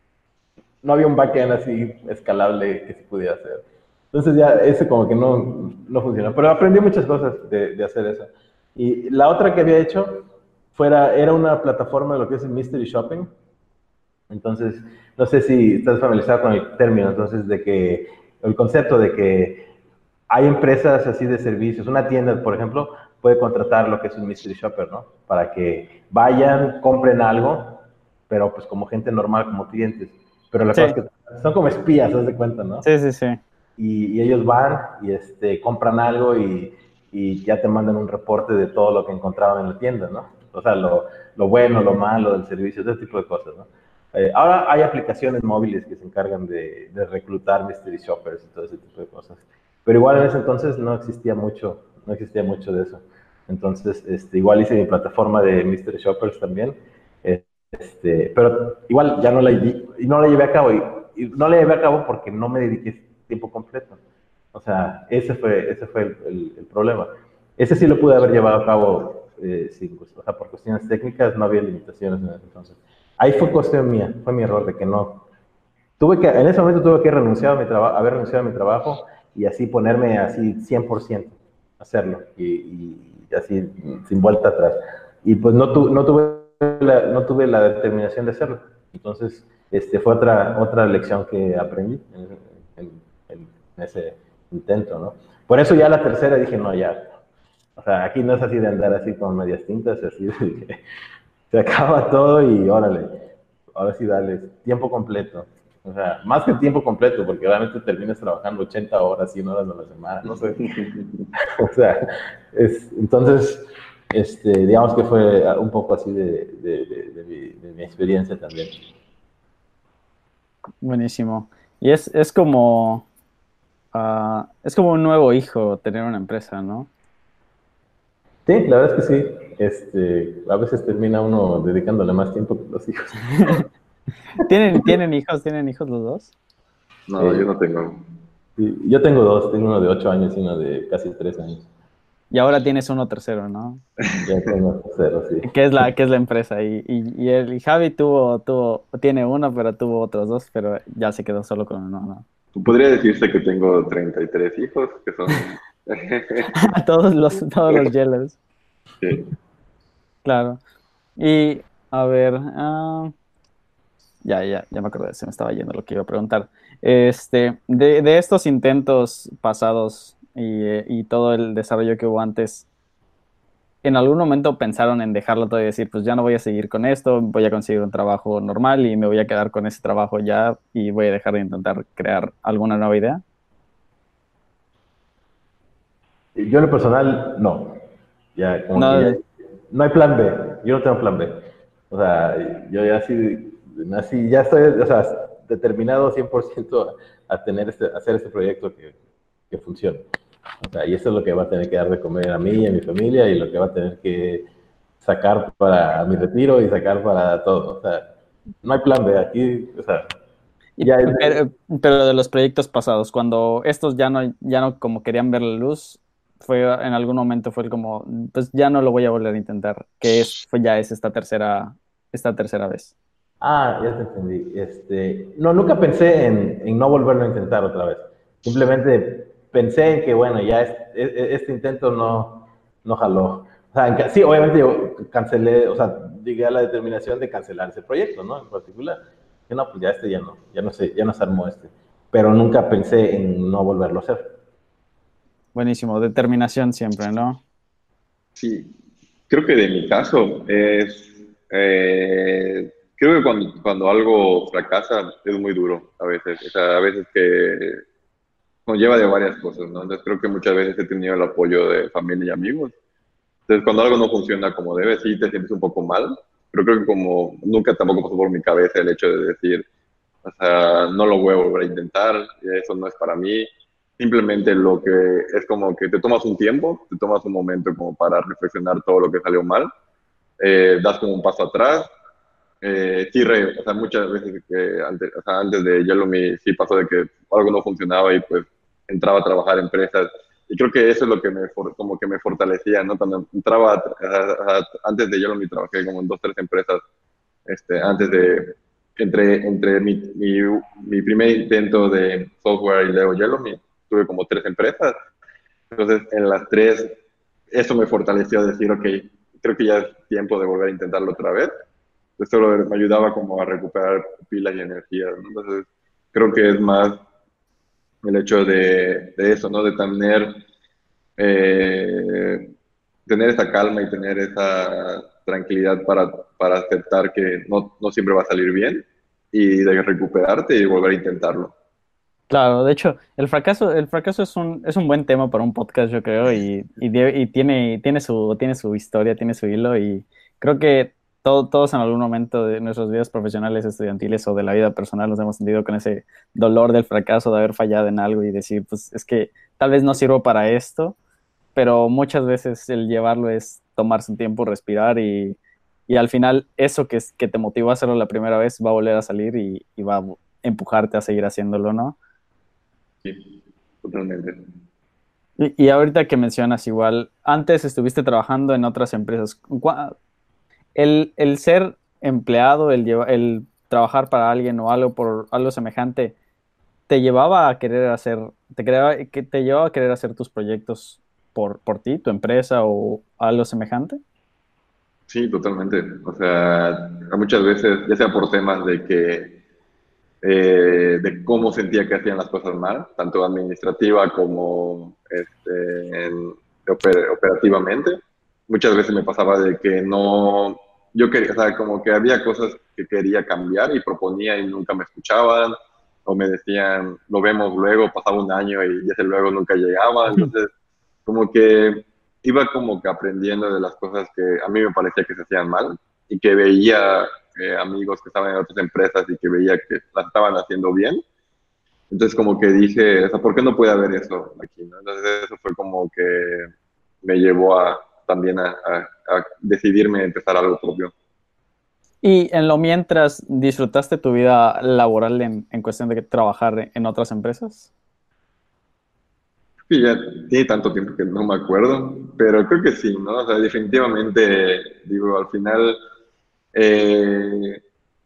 no había un backend así escalable que se pudiera hacer. Entonces ya ese como que no, no funcionó. Pero aprendí muchas cosas de, de hacer eso. Y la otra que había hecho fuera, era una plataforma de lo que es el Mystery Shopping. Entonces, no sé si estás familiarizado con el término, entonces, de que, el concepto de que hay empresas así de servicios. Una tienda, por ejemplo, puede contratar lo que es un Mystery Shopper, ¿no? Para que vayan, compren algo, pero pues como gente normal, como clientes. Pero la sí. cosa es que son como espías, ¿haz de cuenta, no? Sí, sí, sí. Y, y ellos van y este, compran algo y, y ya te mandan un reporte de todo lo que encontraban en la tienda, ¿no? O sea, lo, lo bueno, lo malo del servicio, ese tipo de cosas, ¿no? Eh, ahora hay aplicaciones móviles que se encargan de, de reclutar mystery shoppers y todo ese tipo de cosas. Pero igual en ese entonces no existía mucho, no existía mucho de eso. Entonces, este, igual hice mi plataforma de mystery shoppers también. Este, pero igual ya no la, y no la llevé a cabo. Y, y no la llevé a cabo porque no me dediqué tiempo completo. O sea, ese fue, ese fue el, el, el problema. Ese sí lo pude haber llevado a cabo eh, sin, o sea, por cuestiones técnicas no había limitaciones en ese entonces. Ahí fue cuestión mía, fue mi error de que no. Tuve que, en ese momento tuve que renunciar a mi trabajo, haber renunciado a mi trabajo y así ponerme así cien por ciento, hacerlo y, y así sin vuelta atrás. Y pues no, tu, no, tuve la, no tuve la determinación de hacerlo. Entonces, este, fue otra, otra lección que aprendí en, en, en, en ese intento, ¿no? Por eso ya la tercera dije, no, ya. O sea, aquí no es así de andar así con medias tintas, así de que se acaba todo y órale, ahora sí dale, tiempo completo. O sea, más que tiempo completo, porque realmente terminas trabajando ochenta horas, cien horas a la semana, no sé. O sea, es, entonces, este, digamos que fue un poco así de, de, de, de, mi, de mi experiencia también. Buenísimo. Y es, es como, uh, es como un nuevo hijo tener una empresa, ¿no? Sí, la verdad es que sí. Este, a veces termina uno dedicándole más tiempo que los hijos. ¿Tienen, ¿tienen hijos? ¿Tienen hijos los dos? No, yo Eh, no tengo. sí, yo tengo dos, tengo uno de ocho años y uno de casi tres años. Y ahora tienes uno tercero, ¿no? Ya tengo cero, sí. ¿Qué es la, qué es la empresa? Y, y, y el y Javi tuvo, tuvo, tiene uno, pero tuvo otros dos, pero ya se quedó solo con uno, ¿no? Podría decirse que tengo treinta y tres hijos, que son... Todos los, todos los Yellers, Sí. claro. Y a ver, ah, ya, ya, ya me acordé, se me estaba yendo lo que iba a preguntar. Este, de, de estos intentos pasados y, eh, y todo el desarrollo que hubo antes, ¿en algún momento pensaron en dejarlo todo y decir, pues ya no voy a seguir con esto, voy a conseguir un trabajo normal y me voy a quedar con ese trabajo ya y voy a dejar de intentar crear alguna nueva idea? Yo en lo personal, no. Ya, como que ya, No, no hay plan B. Yo no tengo plan B. O sea, yo ya así, así ya estoy, o sea, determinado cien por ciento a, a tener este, a hacer este proyecto que, que funcione. O sea, y eso es lo que va a tener que dar de comer a mí y a mi familia y lo que va a tener que sacar para mi retiro y sacar para todo. O sea, no hay plan B aquí, o sea, y- ya es, pero, pero de los proyectos pasados, cuando estos ya no, ya no como querían ver la luz, fue en algún momento fue el como, pues ya no lo voy a volver a intentar, que es, fue ya es esta tercera, esta tercera vez. ah, ya te entendí. Este, no, nunca pensé en, en no volverlo a intentar otra vez. Simplemente pensé en que, bueno, ya es, es, este intento no, no jaló. O sea, en, sí, obviamente yo cancelé, o sea, llegué a la determinación de cancelar ese proyecto, ¿no? En particular. Que no, pues ya este ya no, ya no sé, ya no se armó este. Pero nunca pensé en no volverlo a hacer. Buenísimo, determinación siempre, ¿no? Sí, creo que de mi caso es, eh, creo que cuando, cuando algo fracasa es muy duro a veces, o sea, a veces que conlleva de varias cosas, ¿no? Entonces creo que muchas veces he tenido el apoyo de familia y amigos. Entonces cuando algo no funciona como debe, sí te sientes un poco mal, pero creo que como nunca tampoco pasó por mi cabeza el hecho de decir, o sea, no lo voy a volver a intentar, eso no es para mí. Simplemente lo que es como que te tomas un tiempo, te tomas un momento como para reflexionar todo lo que salió mal, eh, das como un paso atrás. Eh, sí, re, o sea, muchas veces que antes, o sea, antes de Yellow Me sí pasó de que algo no funcionaba y pues entraba a trabajar en empresas. Y creo que eso es lo que me, for, como que me fortalecía, ¿no? Cuando entraba, a, a, antes de Yellow Me trabajé como en dos, tres empresas, este, antes de, entre, entre mi, mi, mi primer intento de software y luego Yellow Me, tuve como tres empresas. Entonces, en las tres, eso me fortaleció a decir, ok, creo que ya es tiempo de volver a intentarlo otra vez. Esto me ayudaba como a recuperar pilas y energía, ¿no? Entonces, creo que es más el hecho de, de eso, ¿no? De tener, eh, tener esa calma y tener esa tranquilidad para, para aceptar que no, no siempre va a salir bien y de recuperarte y volver a intentarlo. Claro, de hecho, el fracaso, el fracaso es un, es un buen tema para un podcast, yo creo, y, y, de- y tiene, tiene su, tiene su historia, tiene su hilo, y creo que todo- todos en algún momento de nuestras vidas profesionales, estudiantiles o de la vida personal nos hemos sentido con ese dolor del fracaso, de haber fallado en algo y decir, pues es que tal vez no sirvo para esto, pero muchas veces el llevarlo es tomarse un tiempo, respirar y, y al final eso que, es, que te motivó a hacerlo la primera vez va a volver a salir y, y va a empujarte a seguir haciéndolo, ¿no? Sí, totalmente. Y, y ahorita que mencionas igual, antes estuviste trabajando en otras empresas. ¿Cuá- El, el ser empleado, el, lleva- el trabajar para alguien o algo por algo semejante, ¿te llevaba a querer hacer, te creaba- que te llevaba a querer hacer tus proyectos por, por ti, tu empresa o algo semejante? Sí, totalmente. O sea, muchas veces, ya sea por temas de que eh, de cómo sentía que hacían las cosas mal, tanto administrativa como este, en- oper- operativamente. Muchas veces me pasaba de que no, yo quería, o sea, como que había cosas que quería cambiar y proponía y nunca me escuchaban, o me decían, lo vemos luego, pasaba un año y ese luego nunca llegaba. Entonces, como que iba como que aprendiendo de las cosas que a mí me parecía que se hacían mal y que veía eh, amigos que estaban en otras empresas y que veía que las estaban haciendo bien. Entonces como que dije, o sea, ¿por qué no puede haber eso aquí, ¿no? Entonces eso fue como que me llevó a también a, a, a decidirme a empezar algo propio. Y en lo mientras, ¿disfrutaste tu vida laboral en, en cuestión de trabajar en otras empresas? Sí, ya tiene tanto tiempo que no me acuerdo, pero creo que sí, ¿no? O sea, definitivamente, digo, al final, eh,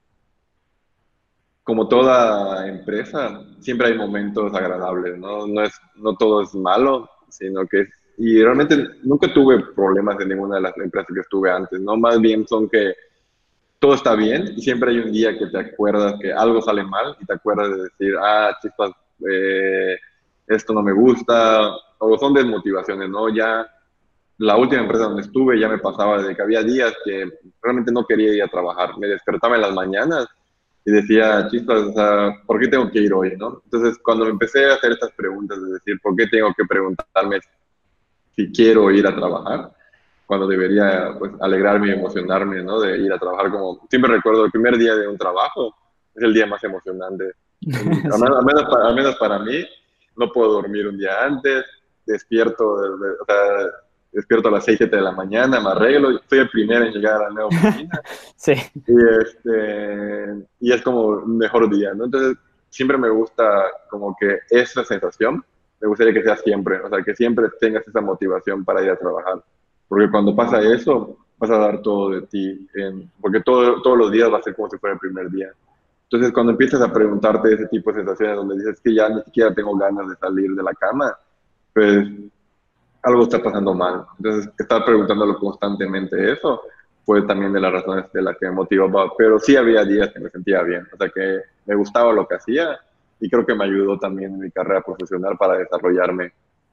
como toda empresa, siempre hay momentos agradables, ¿no? No es, no todo es malo, sino que, y realmente nunca tuve problemas en ninguna de las empresas que estuve antes, ¿no? Más bien son que todo está bien y siempre hay un día que te acuerdas que algo sale mal y te acuerdas de decir, ah, chispas, eh, esto no me gusta, o son desmotivaciones, ¿no? Ya la última empresa donde estuve ya me pasaba de que había días que realmente no quería ir a trabajar, me despertaba en las mañanas y decía, chispas, o sea, ¿por qué tengo que ir hoy, no? Entonces, cuando me empecé a hacer estas preguntas, de decir, ¿por qué tengo que preguntarme si quiero ir a trabajar? Cuando debería pues alegrarme y emocionarme, ¿no? De ir a trabajar como, siempre recuerdo el primer día de un trabajo, es el día más emocionante. Al Sí, menos, al menos, para, al menos para mí, no puedo dormir un día antes, despierto, de, de, o sea, despierto a las seis siete de la mañana, me arreglo, soy el primero en llegar a la nueva oficina sí, y, este, y es como un mejor día, ¿no? Entonces, siempre me gusta como que esa sensación, me gustaría que sea siempre, o sea, que siempre tengas esa motivación para ir a trabajar, porque cuando pasa eso, vas a dar todo de ti, en, porque todo, todos los días va a ser como si fuera el primer día. Entonces, cuando empiezas a preguntarte ese tipo de sensaciones donde dices que ya ni siquiera tengo ganas de salir de la cama, pues algo está pasando mal. Entonces, estar preguntándolo constantemente eso fue también de las razones de las que me motivaba, pero sí había días que me sentía bien, o sea, que me gustaba lo que hacía y creo que me ayudó también en mi carrera profesional para desarrollarme.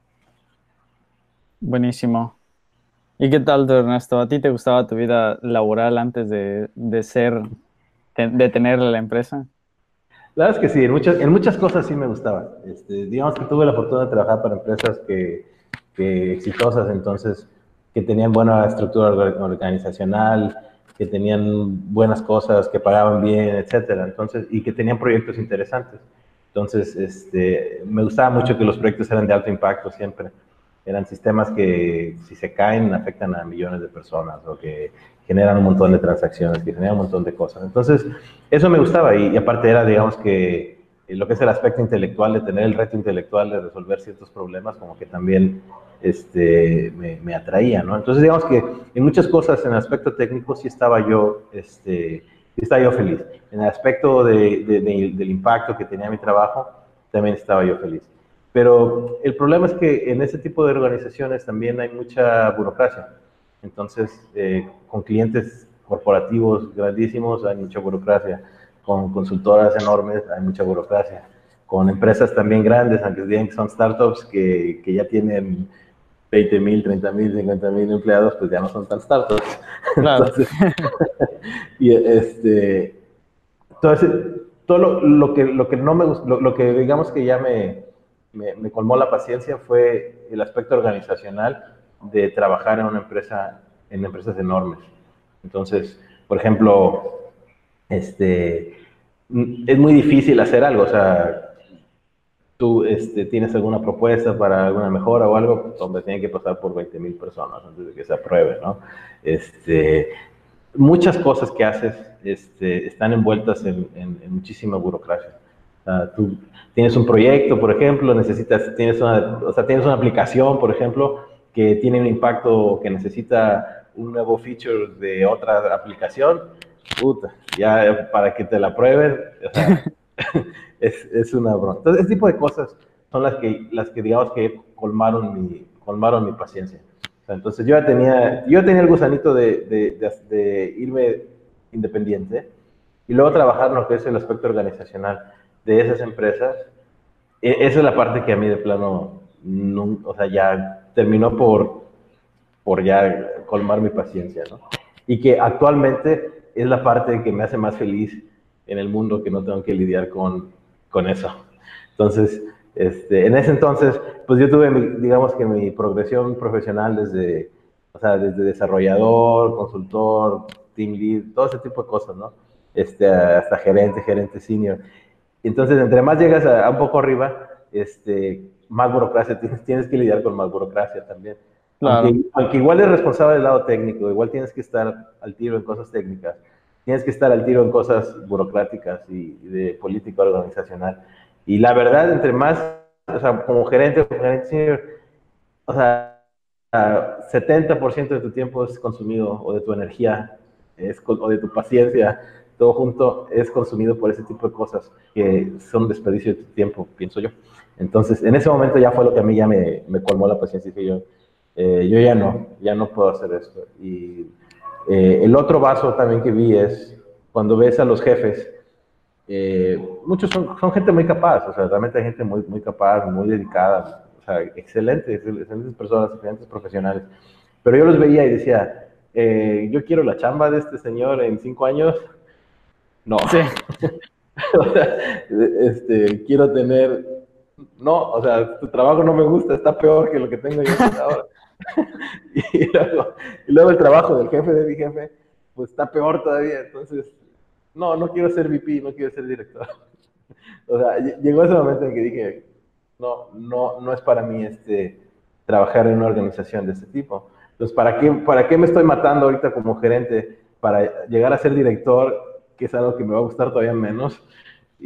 buenísimo. ¿Y qué tal, tú, Ernesto? ¿A ti te gustaba tu vida laboral antes de, de ser, de, de tener la empresa? La verdad es que sí, en muchas, en muchas cosas sí me gustaba. Este, digamos que tuve la fortuna de trabajar para empresas que, que exitosas, entonces, que tenían buena estructura organizacional, que tenían buenas cosas, que pagaban bien, etcétera. Entonces, y que tenían proyectos interesantes. Entonces, este, me gustaba mucho que los proyectos eran de alto impacto siempre. Eran sistemas que, si se caen, afectan a millones de personas o que generan un montón de transacciones, que generan un montón de cosas. Entonces, eso me gustaba y, y aparte era, digamos que, eh, lo que es el aspecto intelectual, de tener el reto intelectual de resolver ciertos problemas, como que también este, me, me atraía, ¿no? Entonces, digamos que en muchas cosas, en el aspecto técnico, sí estaba yo, este, sí estaba yo feliz. En el aspecto de, de, de, del impacto que tenía mi trabajo, también estaba yo feliz. Pero el problema es que en ese tipo de organizaciones también hay mucha burocracia. Entonces, eh, con clientes corporativos grandísimos hay mucha burocracia. Con consultoras enormes hay mucha burocracia. Con empresas también grandes, aunque digan que son startups que, que ya tienen veinte mil, treinta mil, cincuenta mil empleados, pues ya no son tan startups. Claro. Entonces, y este, entonces, todo lo, lo, que, lo que no me gustó, lo, lo, que digamos que ya me, me, me, colmó la paciencia fue el aspecto organizacional de trabajar en una empresa, en empresas enormes. Entonces, por ejemplo, este, es muy difícil hacer algo, o sea, tú este, tienes alguna propuesta para alguna mejora o algo, donde tiene que pasar por veinte mil personas antes de que se apruebe, ¿no? Este, muchas cosas que haces este, están envueltas en, en, en muchísima burocracia. O sea, tú tienes un proyecto, por ejemplo, necesitas, tienes una, o sea, tienes una aplicación, por ejemplo, que tiene un impacto, que necesita un nuevo feature de otra aplicación, puta, ya para que te la prueben, o sea, es, es una broma. Entonces, ese tipo de cosas son las que, las que digamos que colmaron mi, colmaron mi paciencia. O sea, entonces yo ya tenía, yo tenía el gusanito de, de, de, de irme independiente y luego trabajar en lo que es el aspecto organizacional de esas empresas. E, esa es la parte que a mí de plano, no, o sea, ya terminó por, por ya colmar mi paciencia, ¿no? Y que actualmente es la parte que me hace más feliz en el mundo, que no tengo que lidiar con, con eso. Entonces, este, en ese entonces, pues yo tuve, mi, digamos que mi progresión profesional desde, o sea, desde desarrollador, consultor, team lead, todo ese tipo de cosas, ¿no? Este, hasta gerente, gerente senior. Entonces, entre más llegas a, a un poco arriba, este, más burocracia, tienes, tienes que lidiar con más burocracia también. Claro. Aunque, aunque igual eres responsable del lado técnico, igual tienes que estar al tiro en cosas técnicas, tienes que estar al tiro en cosas burocráticas y, y de política organizacional. Y la verdad, entre más, o sea, como gerente o gerente senior, o sea, setenta por ciento de tu tiempo es consumido, o de tu energía, es, o de tu paciencia, todo junto es consumido por ese tipo de cosas que son desperdicio de tu tiempo, pienso yo. Entonces, en ese momento ya fue lo que a mí ya me, me colmó la paciencia y dije yo, eh, yo ya no, ya no puedo hacer esto. Y eh, el otro vaso también que vi es cuando ves a los jefes, eh, muchos son, son gente muy capaz, o sea, realmente hay gente muy, muy capaz, muy dedicada, o sea, excelentes, excelentes personas, excelentes profesionales. Pero yo los veía y decía, eh, yo quiero la chamba de este señor en cinco años. No. Sí. O sea, este, quiero tener, no, o sea, tu trabajo no me gusta, está peor que lo que tengo yo ahora. y, luego, y luego el trabajo del jefe de mi jefe, pues está peor todavía. Entonces, no, no quiero ser V P, no quiero ser director. O sea, llegó ese momento en que dije, no, no, no es para mí este, trabajar en una organización de este tipo. Entonces, ¿para qué, ¿para qué me estoy matando ahorita como gerente para llegar a ser director, que es algo que me va a gustar todavía menos? Y,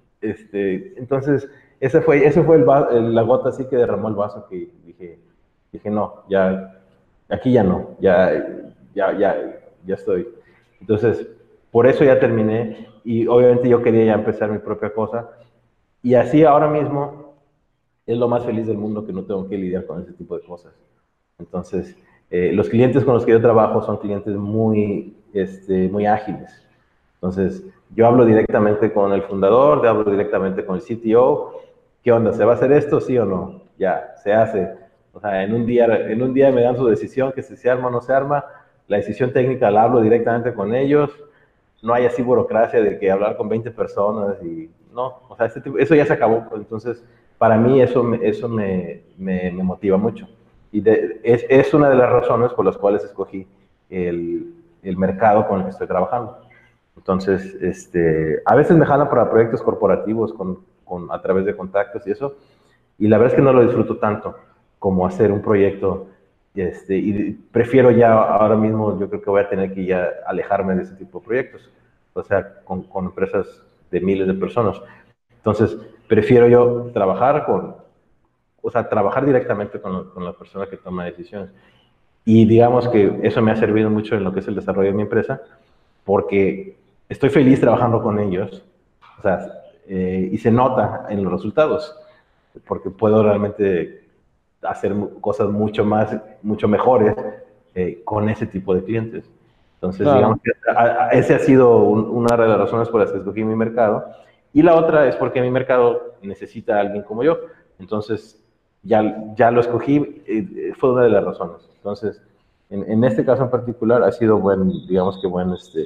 este, entonces, ese fue, ese fue el, el, la gota así que derramó el vaso, que dije, dije no, ya, aquí ya no, ya, ya, ya, ya estoy. Entonces, por eso ya terminé y obviamente yo quería ya empezar mi propia cosa. Y así ahora mismo es lo más feliz del mundo, que no tengo que lidiar con ese tipo de cosas. Entonces, eh, los clientes con los que yo trabajo son clientes muy, este, muy ágiles. Entonces, yo hablo directamente con el fundador, hablo directamente con el C T O. ¿Qué onda? ¿Se va a hacer esto, sí o no? Ya, se hace. O sea, en un día, en un día me dan su decisión, que si se arma o no se arma. La decisión técnica la hablo directamente con ellos. No hay así burocracia de que hablar con veinte personas y no, o sea, este tipo, eso ya se acabó. Entonces, para mí eso, eso me, me, me motiva mucho. Y de, es, es una de las razones por las cuales escogí el, el mercado con el que estoy trabajando. Entonces, este, a veces me jalan para proyectos corporativos con, con, a través de contactos y eso, y la verdad es que no lo disfruto tanto como hacer un proyecto, este, y prefiero ya ahora mismo, yo creo que voy a tener que ya alejarme de ese tipo de proyectos, o sea, con, con empresas de miles de personas. Entonces, prefiero yo trabajar con, o sea, trabajar directamente con, con la persona que toma decisiones. Y digamos que eso me ha servido mucho en lo que es el desarrollo de mi empresa, porque estoy feliz trabajando con ellos, o sea, eh, y se nota en los resultados, porque puedo realmente hacer cosas mucho más, mucho mejores eh, con ese tipo de clientes. Entonces, Claro. digamos que a, a, ese ha sido un, una de las razones por las que escogí mi mercado. Y la otra es porque mi mercado necesita a alguien como yo. Entonces, ya, ya lo escogí, eh, fue una de las razones. Entonces, en, en, este caso en particular ha sido buen, digamos que buen, este,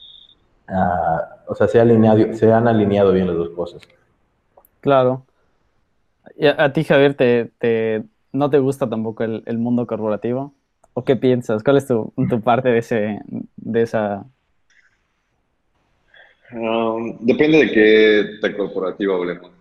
uh, o sea, se, ha alineado, se han alineado bien las dos cosas. Claro. ¿Y a, a ti, Javier, te, te, no te gusta tampoco el, el mundo corporativo? ¿O qué piensas? ¿Cuál es tu, tu parte de, ese, de esa? Um, depende de qué de corporativo hablemos.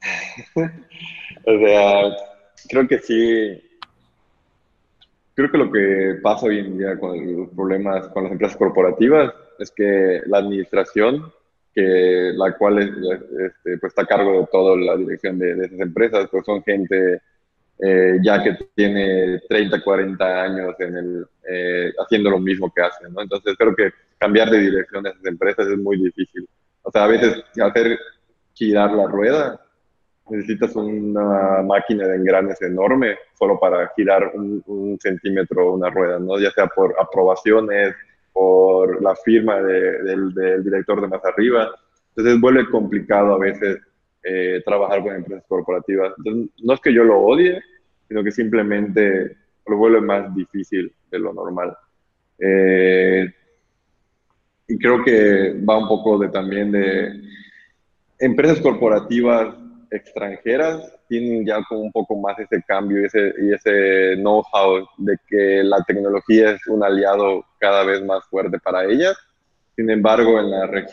O sea, creo que sí. Creo que lo que pasa hoy en día con los problemas con las empresas corporativas es que la administración, que la cual es, este, pues está a cargo de toda la dirección de, de esas empresas, pues son gente eh, ya que tiene treinta, cuarenta años en el, eh, haciendo lo mismo que hacen, ¿no? Entonces creo que cambiar de dirección de esas empresas es muy difícil. O sea, a veces hacer girar la rueda necesitas una máquina de engranes enorme solo para girar un, un centímetro una rueda, ¿no? Ya sea por aprobaciones, por la firma de, del, del director de más arriba. Entonces vuelve complicado a veces eh, trabajar con empresas corporativas. Entonces, no es que yo lo odie, sino que simplemente lo vuelve más difícil de lo normal. Eh, y creo que va un poco de también de empresas corporativas extranjeras tienen ya como un poco más ese cambio y ese, y ese know-how de que la tecnología es un aliado cada vez más fuerte para ellas. Sin embargo, en la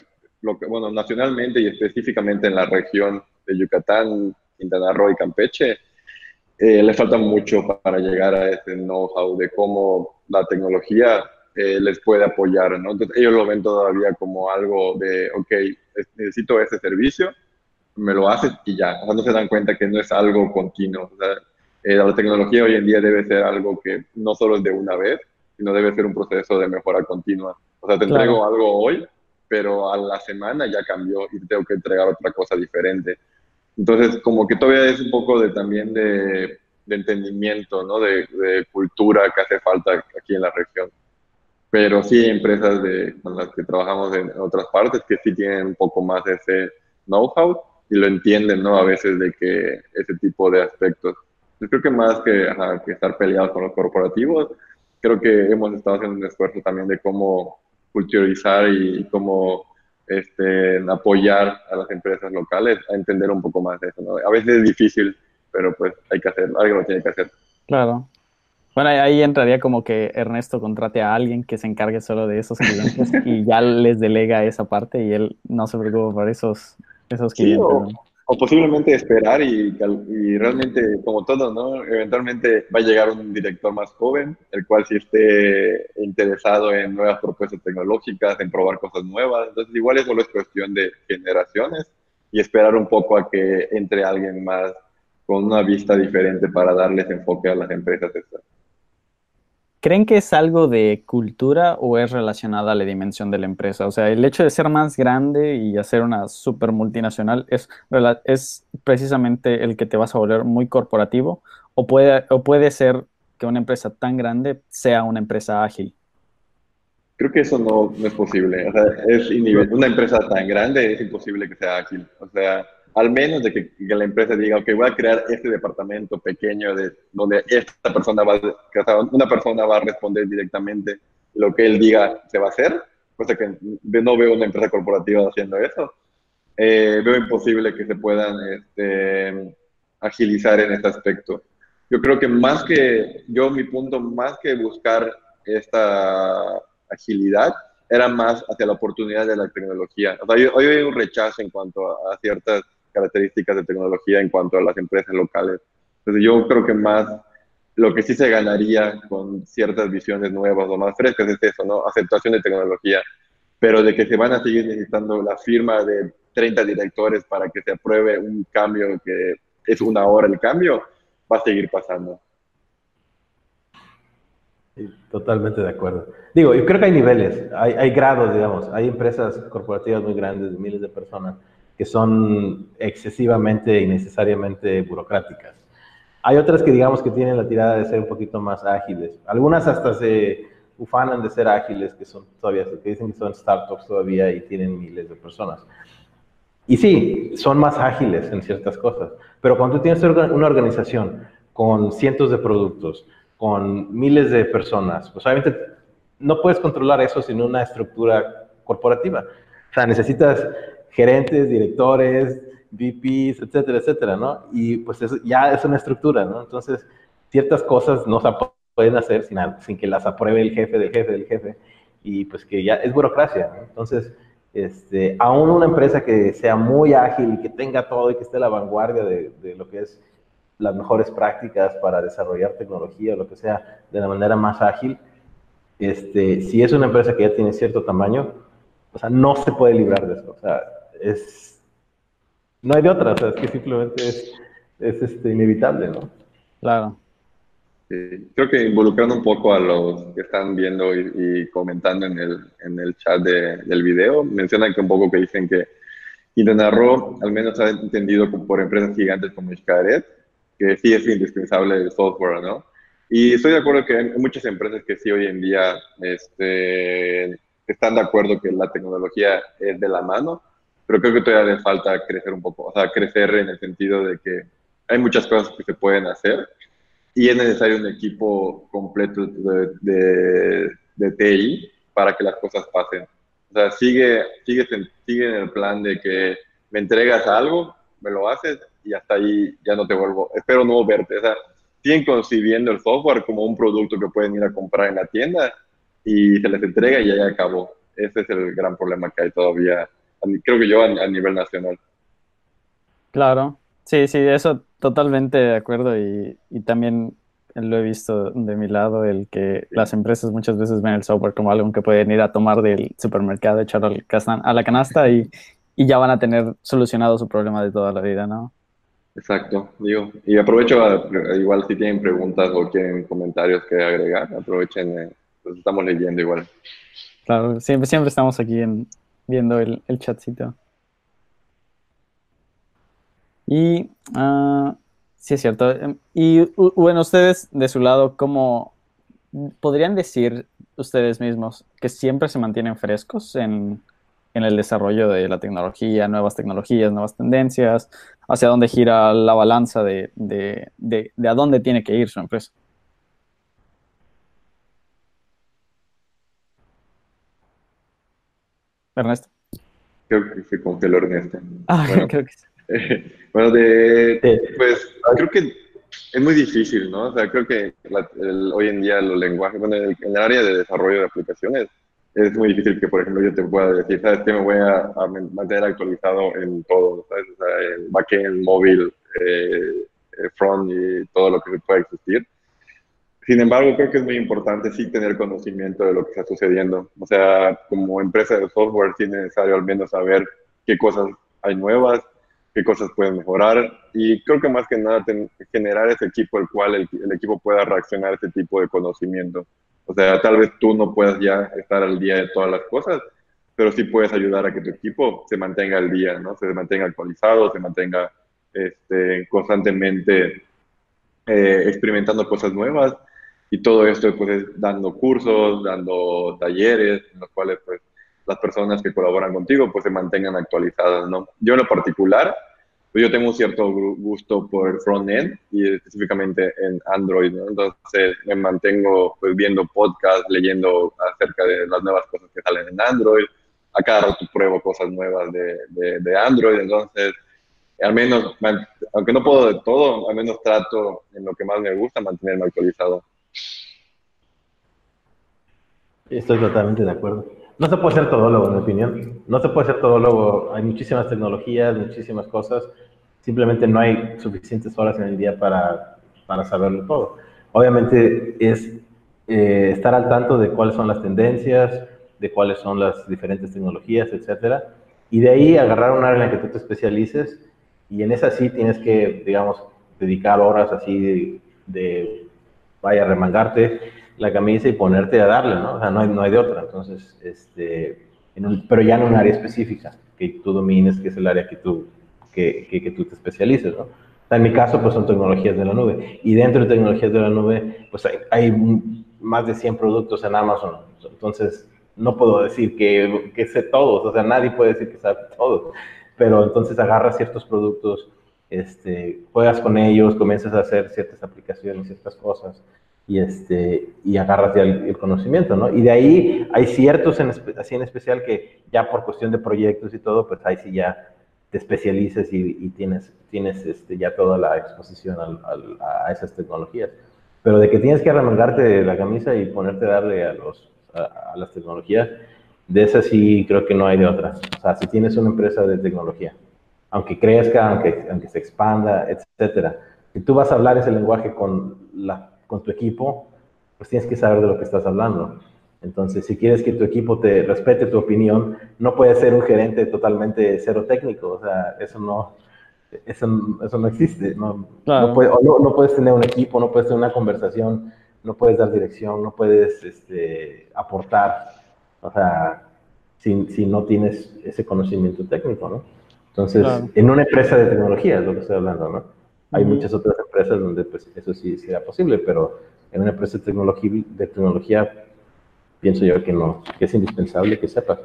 lo que, bueno, nacionalmente y específicamente en la región de Yucatán, Quintana Roo y Campeche, eh, le falta mucho para llegar a ese know-how de cómo la tecnología eh, les puede apoyar, ¿no? Entonces ellos lo ven todavía como algo de, ok, necesito ese servicio, me lo haces y ya. O sea, no se dan cuenta que no es algo continuo. O sea, eh, la tecnología hoy en día debe ser algo que no solo es de una vez, sino debe ser un proceso de mejora continua. O sea, te Claro, entrego algo hoy, pero a la semana ya cambió y tengo que entregar otra cosa diferente. Entonces, como que todavía es un poco de también de, de entendimiento, ¿no? De, de cultura que hace falta aquí en la región. Pero sí hay empresas de, con las que trabajamos en otras partes que sí tienen un poco más ese know-how y lo entienden, ¿no? A veces de que ese tipo de aspectos. Yo creo que más que, ajá, que estar peleados con los corporativos, creo que hemos estado haciendo un esfuerzo también de cómo culturizar y, y cómo este, apoyar a las empresas locales a entender un poco más de eso, ¿no? A veces es difícil, pero pues hay que hacerlo, alguien lo tiene que hacer. claro. Bueno, ahí ahí entraría como que Ernesto contrate a alguien que se encargue solo de esos clientes y ya les delega esa parte y él no se preocupa por esos, esos Sí, clientes, o, ¿no? o posiblemente esperar y, cal- y realmente, como todo, ¿no? Eventualmente va a llegar un director más joven, el cual sí esté interesado en nuevas propuestas tecnológicas, en probar cosas nuevas. Entonces, igual eso solo es cuestión de generaciones y esperar un poco a que entre alguien más con una vista diferente para darles enfoque a las empresas estas. ¿Creen que es algo de cultura o es relacionada a la dimensión de la empresa? O sea, el hecho de ser más grande y hacer una super multinacional es, rela- es precisamente el que te vas a volver muy corporativo o puede, o puede ser que una empresa tan grande sea una empresa ágil. Creo que eso no, no es posible. O sea, es innive- una empresa tan grande es imposible que sea ágil. O sea, al menos de que, que la empresa diga, ok, voy a crear este departamento pequeño de, donde esta persona va, que, o sea, una persona va a responder directamente lo que él diga se va a hacer, cosa que de- no veo una empresa corporativa haciendo eso. Eh, veo imposible que se puedan este, agilizar en este aspecto. Yo creo que más que, yo mi punto, más que buscar esta agilidad, era más hacia la oportunidad de la tecnología. O sea, yo- hoy hay un rechazo en cuanto a, a ciertas características de tecnología en cuanto a las empresas locales. Entonces yo creo que más lo que sí se ganaría con ciertas visiones nuevas o más frescas es eso, ¿no? Aceptación de tecnología, pero de que se van a seguir necesitando la firma de treinta directores para que se apruebe un cambio que es una hora el cambio, va a seguir pasando. Sí, totalmente de acuerdo. Digo, yo creo que hay niveles, hay, hay grados, digamos. Hay empresas corporativas muy grandes, de miles de personas, que son excesivamente y necesariamente burocráticas. Hay otras que digamos que tienen la tirada de ser un poquito más ágiles. Algunas hasta se ufanan de ser ágiles, que son todavía, que dicen que son startups todavía y tienen miles de personas. Y sí, son más ágiles en ciertas cosas, pero cuando tú tienes una organización con cientos de productos, con miles de personas, pues obviamente no puedes controlar eso sin una estructura corporativa. O sea, necesitas gerentes, directores, V Ps, etcétera, etcétera, ¿no? Y pues eso ya es una estructura, ¿no? Entonces, ciertas cosas no se pueden hacer sin, sin que las apruebe el jefe del jefe del jefe, y pues que ya es burocracia, ¿no? Entonces, este, aún una empresa que sea muy ágil y que tenga todo y que esté a la vanguardia de, de lo que es las mejores prácticas para desarrollar tecnología o lo que sea de la manera más ágil, este, si es una empresa que ya tiene cierto tamaño, o sea, no se puede librar de eso. O sea, es, no hay de otra, o sea, es que simplemente es, es este, inevitable, ¿no? Claro. Sí, creo que involucrando un poco a los que están viendo y, y comentando en el, en el chat de, del video, mencionan que un poco que dicen que Quintana Roo al menos ha entendido como por empresas gigantes como Xcaret, que sí es indispensable el software, ¿no? Y estoy de acuerdo que hay muchas empresas que sí hoy en día este, están de acuerdo que la tecnología es de la mano, pero creo que todavía le falta crecer un poco, o sea, crecer en el sentido de que hay muchas cosas que se pueden hacer y es necesario un equipo completo de, de, de T I para que las cosas pasen. O sea, sigue, sigue, sigue en el plan de que me entregas algo, me lo haces y hasta ahí ya no te vuelvo, espero no verte. O sea, siguen concibiendo el software como un producto que pueden ir a comprar en la tienda y se les entrega y ya acabó. Ese es el gran problema que hay todavía creo que yo a, a nivel nacional. Claro, sí, sí, eso totalmente de acuerdo y, y también lo he visto de mi lado, el que las empresas muchas veces ven el software como algo que pueden ir a tomar del supermercado, echarlo al castan- a la canasta y, y ya van a tener solucionado su problema de toda la vida, ¿no? Exacto, digo. Y aprovecho, a- igual si tienen preguntas o quieren comentarios que agregar, aprovechen, eh, pues estamos leyendo igual. Claro, siempre, siempre estamos aquí en, viendo el, el chatcito. Y ah, sí es cierto. em, Y u- bueno, ustedes de su lado, ¿cómo podrían decir ustedes mismos que siempre se mantienen frescos en, en el desarrollo de la tecnología, nuevas tecnologías, nuevas tendencias, hacia dónde gira la balanza de, de, de, de a dónde tiene que ir su empresa? Ernesto. Creo que se congeló Ernesto. Ah, Bueno, creo que sí. bueno, de, Sí. pues creo que es muy difícil, ¿no? O sea, creo que la- el- hoy en día los lenguajes, bueno, en el, en el área de desarrollo de aplicaciones, es muy difícil que, por ejemplo, yo te pueda decir, ¿sabes qué? Me voy a, a mantener actualizado en todo, ¿sabes? O sea, en backend, móvil, eh, eh, front y todo lo que se pueda existir. Sin embargo, creo que es muy importante sí tener conocimiento de lo que está sucediendo. O sea, como empresa de software, sí es necesario al menos saber qué cosas hay nuevas, qué cosas pueden mejorar. Y creo que más que nada ten- generar ese equipo el cual el, el equipo pueda reaccionar a ese tipo de conocimiento. O sea, tal vez tú no puedas ya estar al día de todas las cosas, pero sí puedes ayudar a que tu equipo se mantenga al día, ¿no? Se mantenga actualizado, se mantenga este, constantemente eh, experimentando cosas nuevas y todo esto pues es dando cursos, dando talleres en los cuales pues las personas que colaboran contigo pues se mantengan actualizadas, ¿no? Yo en lo particular, pues yo tengo un cierto gusto por el front-end y específicamente en Android, ¿no? Entonces me mantengo pues viendo podcasts, leyendo acerca de las nuevas cosas que salen en Android, a cada rato pruebo cosas nuevas de, de, de Android, entonces al menos, man- aunque no puedo de todo, al menos trato en lo que más me gusta mantenerme actualizado. Estoy totalmente de acuerdo. No se puede ser todólogo, en mi opinión. No se puede ser todólogo. Hay muchísimas tecnologías, muchísimas cosas. Simplemente no hay suficientes horas en el día para, para saberlo todo. Obviamente es eh, estar al tanto de cuáles son las tendencias, de cuáles son las diferentes tecnologías, etcétera. Y de ahí agarrar un área en la que tú te especialices y en esa sí tienes que, digamos, dedicar horas así de, de vaya, remangarte la camisa y ponerte a darle, ¿no? O sea, no hay, no hay de otra. Entonces, este, en un, pero ya en un área específica, que tú domines, que es el área que tú, que, que, que tú te especialices, ¿no? O sea, en mi caso, pues son tecnologías de la nube. Y dentro de tecnologías de la nube, pues hay, hay más de cien productos en Amazon. Entonces, no puedo decir que, que sé todos, o sea, nadie puede decir que sabe todos. Pero entonces agarras ciertos productos, este, juegas con ellos, comienzas a hacer ciertas aplicaciones, ciertas cosas, y, este, y agarras ya el, el conocimiento, ¿no? Y de ahí hay ciertos en, así en especial que ya por cuestión de proyectos y todo, pues ahí sí ya te especializas y, y tienes, tienes este, ya toda la exposición al, al, a esas tecnologías. Pero de que tienes que arremangarte la camisa y ponerte a darle a, los, a, a las tecnologías, de esas sí creo que no hay de otra. O sea, si tienes una empresa de tecnología, aunque crezca, aunque, aunque se expanda, etcétera. Si tú vas a hablar ese lenguaje con, la, con tu equipo, pues tienes que saber de lo que estás hablando. Entonces, si quieres que tu equipo te respete tu opinión, no puedes ser un gerente totalmente cero técnico. O sea, eso no, eso, eso no existe. No, no, Claro, puede, no, no puedes tener un equipo, no puedes tener una conversación, no puedes dar dirección, no puedes este, aportar. O sea, si, si no tienes ese conocimiento técnico, ¿no? Entonces, claro. en una empresa de tecnología es lo que estoy hablando, ¿no? Hay Ujú. muchas otras empresas donde pues, eso sí será posible, pero en una empresa de tecnología, de tecnología pienso yo que no, que es indispensable que sepas.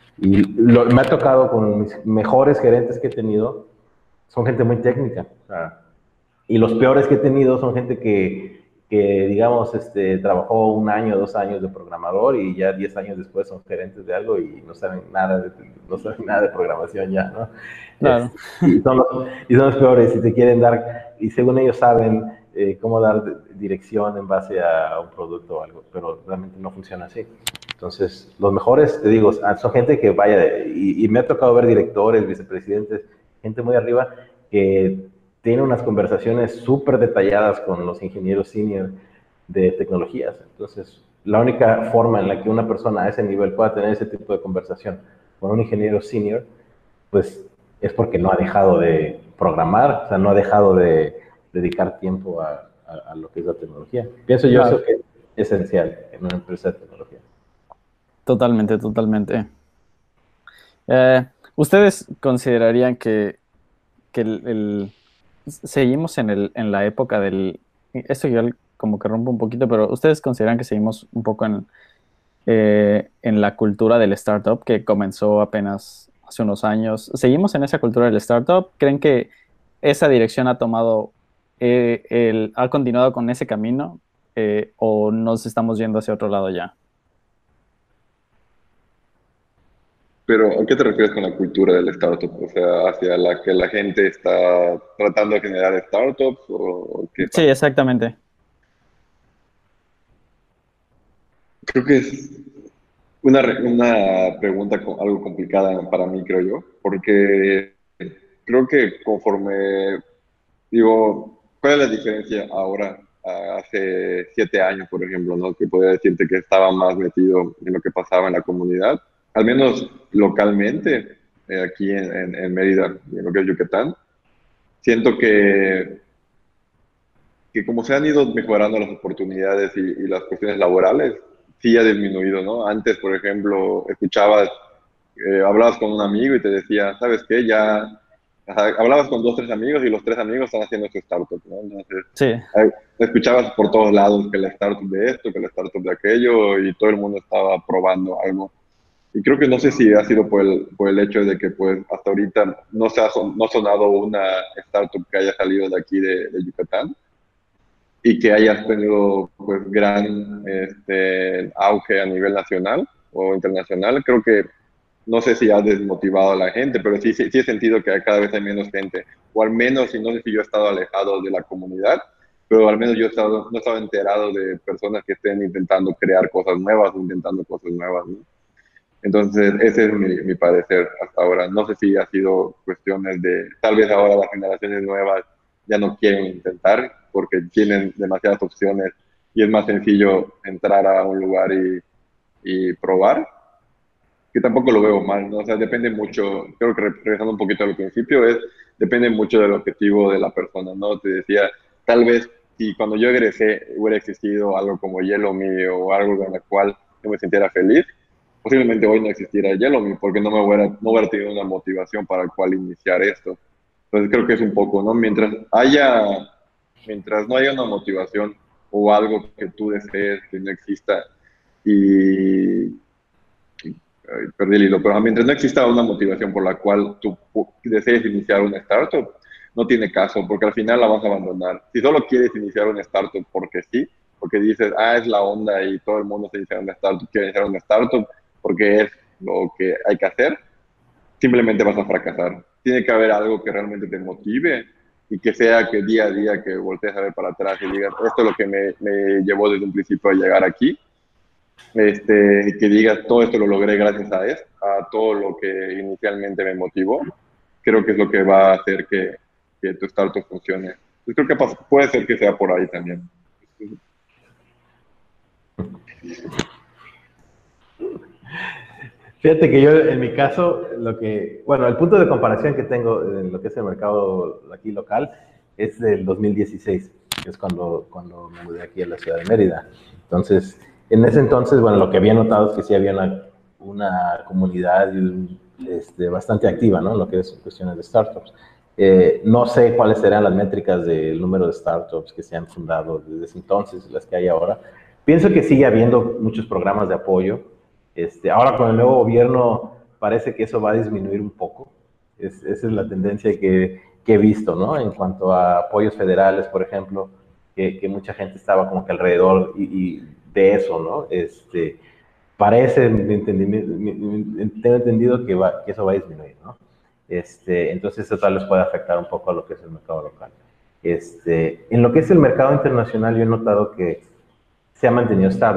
Y lo, me ha tocado con mis mejores gerentes que he tenido, son gente muy técnica. O sea, y los peores que he tenido son gente que, que digamos, este, trabajó un año, dos años de programador y ya diez años después son gerentes de algo y no saben nada de, no saben nada de programación ya, ¿no? Claro, Este, y, son los, y son los peores y te quieren dar, y según ellos saben eh, cómo dar dirección en base a un producto o algo, pero realmente no funciona así. Entonces, los mejores, te digo, son gente que vaya, de, y, y me ha tocado ver directores, vicepresidentes, gente muy arriba, que tiene unas conversaciones súper detalladas con los ingenieros senior de tecnologías. Entonces, la única forma en la que una persona a ese nivel pueda tener ese tipo de conversación con un ingeniero senior, pues es porque no ha dejado de programar, o sea, no ha dejado de dedicar tiempo a, a, a lo que es la tecnología. Pienso yo Claro. eso que es esencial en una empresa de tecnología. Totalmente, totalmente. Eh, ¿Ustedes considerarían que, que el, el- seguimos en, el, en la época del... Esto igual como que rompe un poquito, pero ¿ustedes consideran que seguimos un poco en, eh, en la cultura del startup que comenzó apenas hace unos años? ¿Seguimos en esa cultura del startup? ¿Creen que esa dirección ha tomado, eh, el, ha continuado con ese camino, eh, o nos estamos yendo hacia otro lado ya? Pero, ¿a qué te refieres con la cultura del startup? O sea, ¿hacia la que la gente está tratando de generar startups o o qué Sí, pasa? exactamente. Creo que es una, re- una pregunta co- algo complicada para mí, creo yo, porque creo que conforme, digo, ¿cuál es la diferencia ahora a hace siete años, por ejemplo, ¿no? Que podría decirte que estaba más metido en lo que pasaba en la comunidad, al menos localmente, eh, aquí en, en, en Mérida, en lo que es Yucatán. Siento que, que como se han ido mejorando las oportunidades y, y las cuestiones laborales, sí ha disminuido, ¿no? Antes, por ejemplo, escuchabas, eh, hablabas con un amigo y te decía, ¿sabes qué? Ya, ajá, hablabas con dos, tres amigos y los tres amigos están haciendo su startup, ¿no? Entonces, Sí, eh, escuchabas por todos lados que la startup de esto, que la startup de aquello, y todo el mundo estaba probando algo. Y creo que no sé si ha sido por el, por el hecho de que pues hasta ahorita no se ha son- no ha sonado una startup que haya salido de aquí de, de Yucatán y que hayas tenido pues gran este, auge a nivel nacional o internacional. Creo que no sé si ha desmotivado a la gente, pero sí, sí, sí he sentido que cada vez hay menos gente, o al menos, y no sé si yo he estado alejado de la comunidad, pero al menos yo he estado, no he estado enterado de personas que estén intentando crear cosas nuevas, intentando cosas nuevas, ¿no? Entonces, ese es mi, mi parecer hasta ahora. No sé si ha sido cuestiones de, tal vez ahora las generaciones nuevas ya no quieren intentar porque tienen demasiadas opciones y es más sencillo entrar a un lugar y, y probar, que tampoco lo veo mal, ¿no? O sea, depende mucho, creo que regresando un poquito al principio, es, depende mucho del objetivo de la persona, ¿no? Te decía, tal vez si cuando yo egresé hubiera existido algo como Yellow Me o algo en la cual yo me sintiera feliz, posiblemente hoy no existiera Yellow Me porque no me hubiera, no hubiera tenido una motivación para el cual iniciar esto. Entonces creo que es un poco, ¿no? Mientras haya, mientras no haya una motivación o algo que tú desees que no exista y Ay, perdí el hilo, pero mientras no exista una motivación por la cual tú pu- desees iniciar una startup, no tiene caso, porque al final la vas a abandonar. Si solo quieres iniciar una startup porque sí, porque dices, ah, es la onda y todo el mundo se inicia una startup, quiere iniciar una startup porque es lo que hay que hacer, simplemente vas a fracasar. Tiene que haber algo que realmente te motive y que sea que día a día que voltees a ver para atrás y digas, esto es lo que me, me llevó desde un principio a llegar aquí, este, que digas, todo esto lo logré gracias a esto, a todo lo que inicialmente me motivó, creo que es lo que va a hacer que, que tu startup funcione. Yo creo que pas- puede ser que sea por ahí también. Fíjate que yo, en mi caso, lo que, bueno, el punto de comparación que tengo en lo que es el mercado aquí local es del dos mil dieciséis, que es cuando, cuando me mudé aquí a la ciudad de Mérida. Entonces, en ese entonces, bueno, lo que había notado es que sí había una, una comunidad este, bastante activa, ¿no? Lo que es cuestiones de startups. Eh, no sé cuáles serán las métricas del número de startups que se han fundado desde ese entonces, las que hay ahora. Pienso que sigue habiendo muchos programas de apoyo. Este, ahora con el nuevo gobierno parece que eso va a disminuir un poco. Es, esa es la tendencia que, que, he visto, ¿no? En cuanto a apoyos federales, por ejemplo, que, que mucha gente estaba como que alrededor y, y de eso, ¿no? Este, parece, mi entendimiento, mi, mi, tengo entendido que, va, que eso va a disminuir, ¿no? Este, entonces eso tal vez puede afectar un poco a lo que es el mercado local. Este, en lo que es el mercado internacional yo he notado que se ha mantenido estable.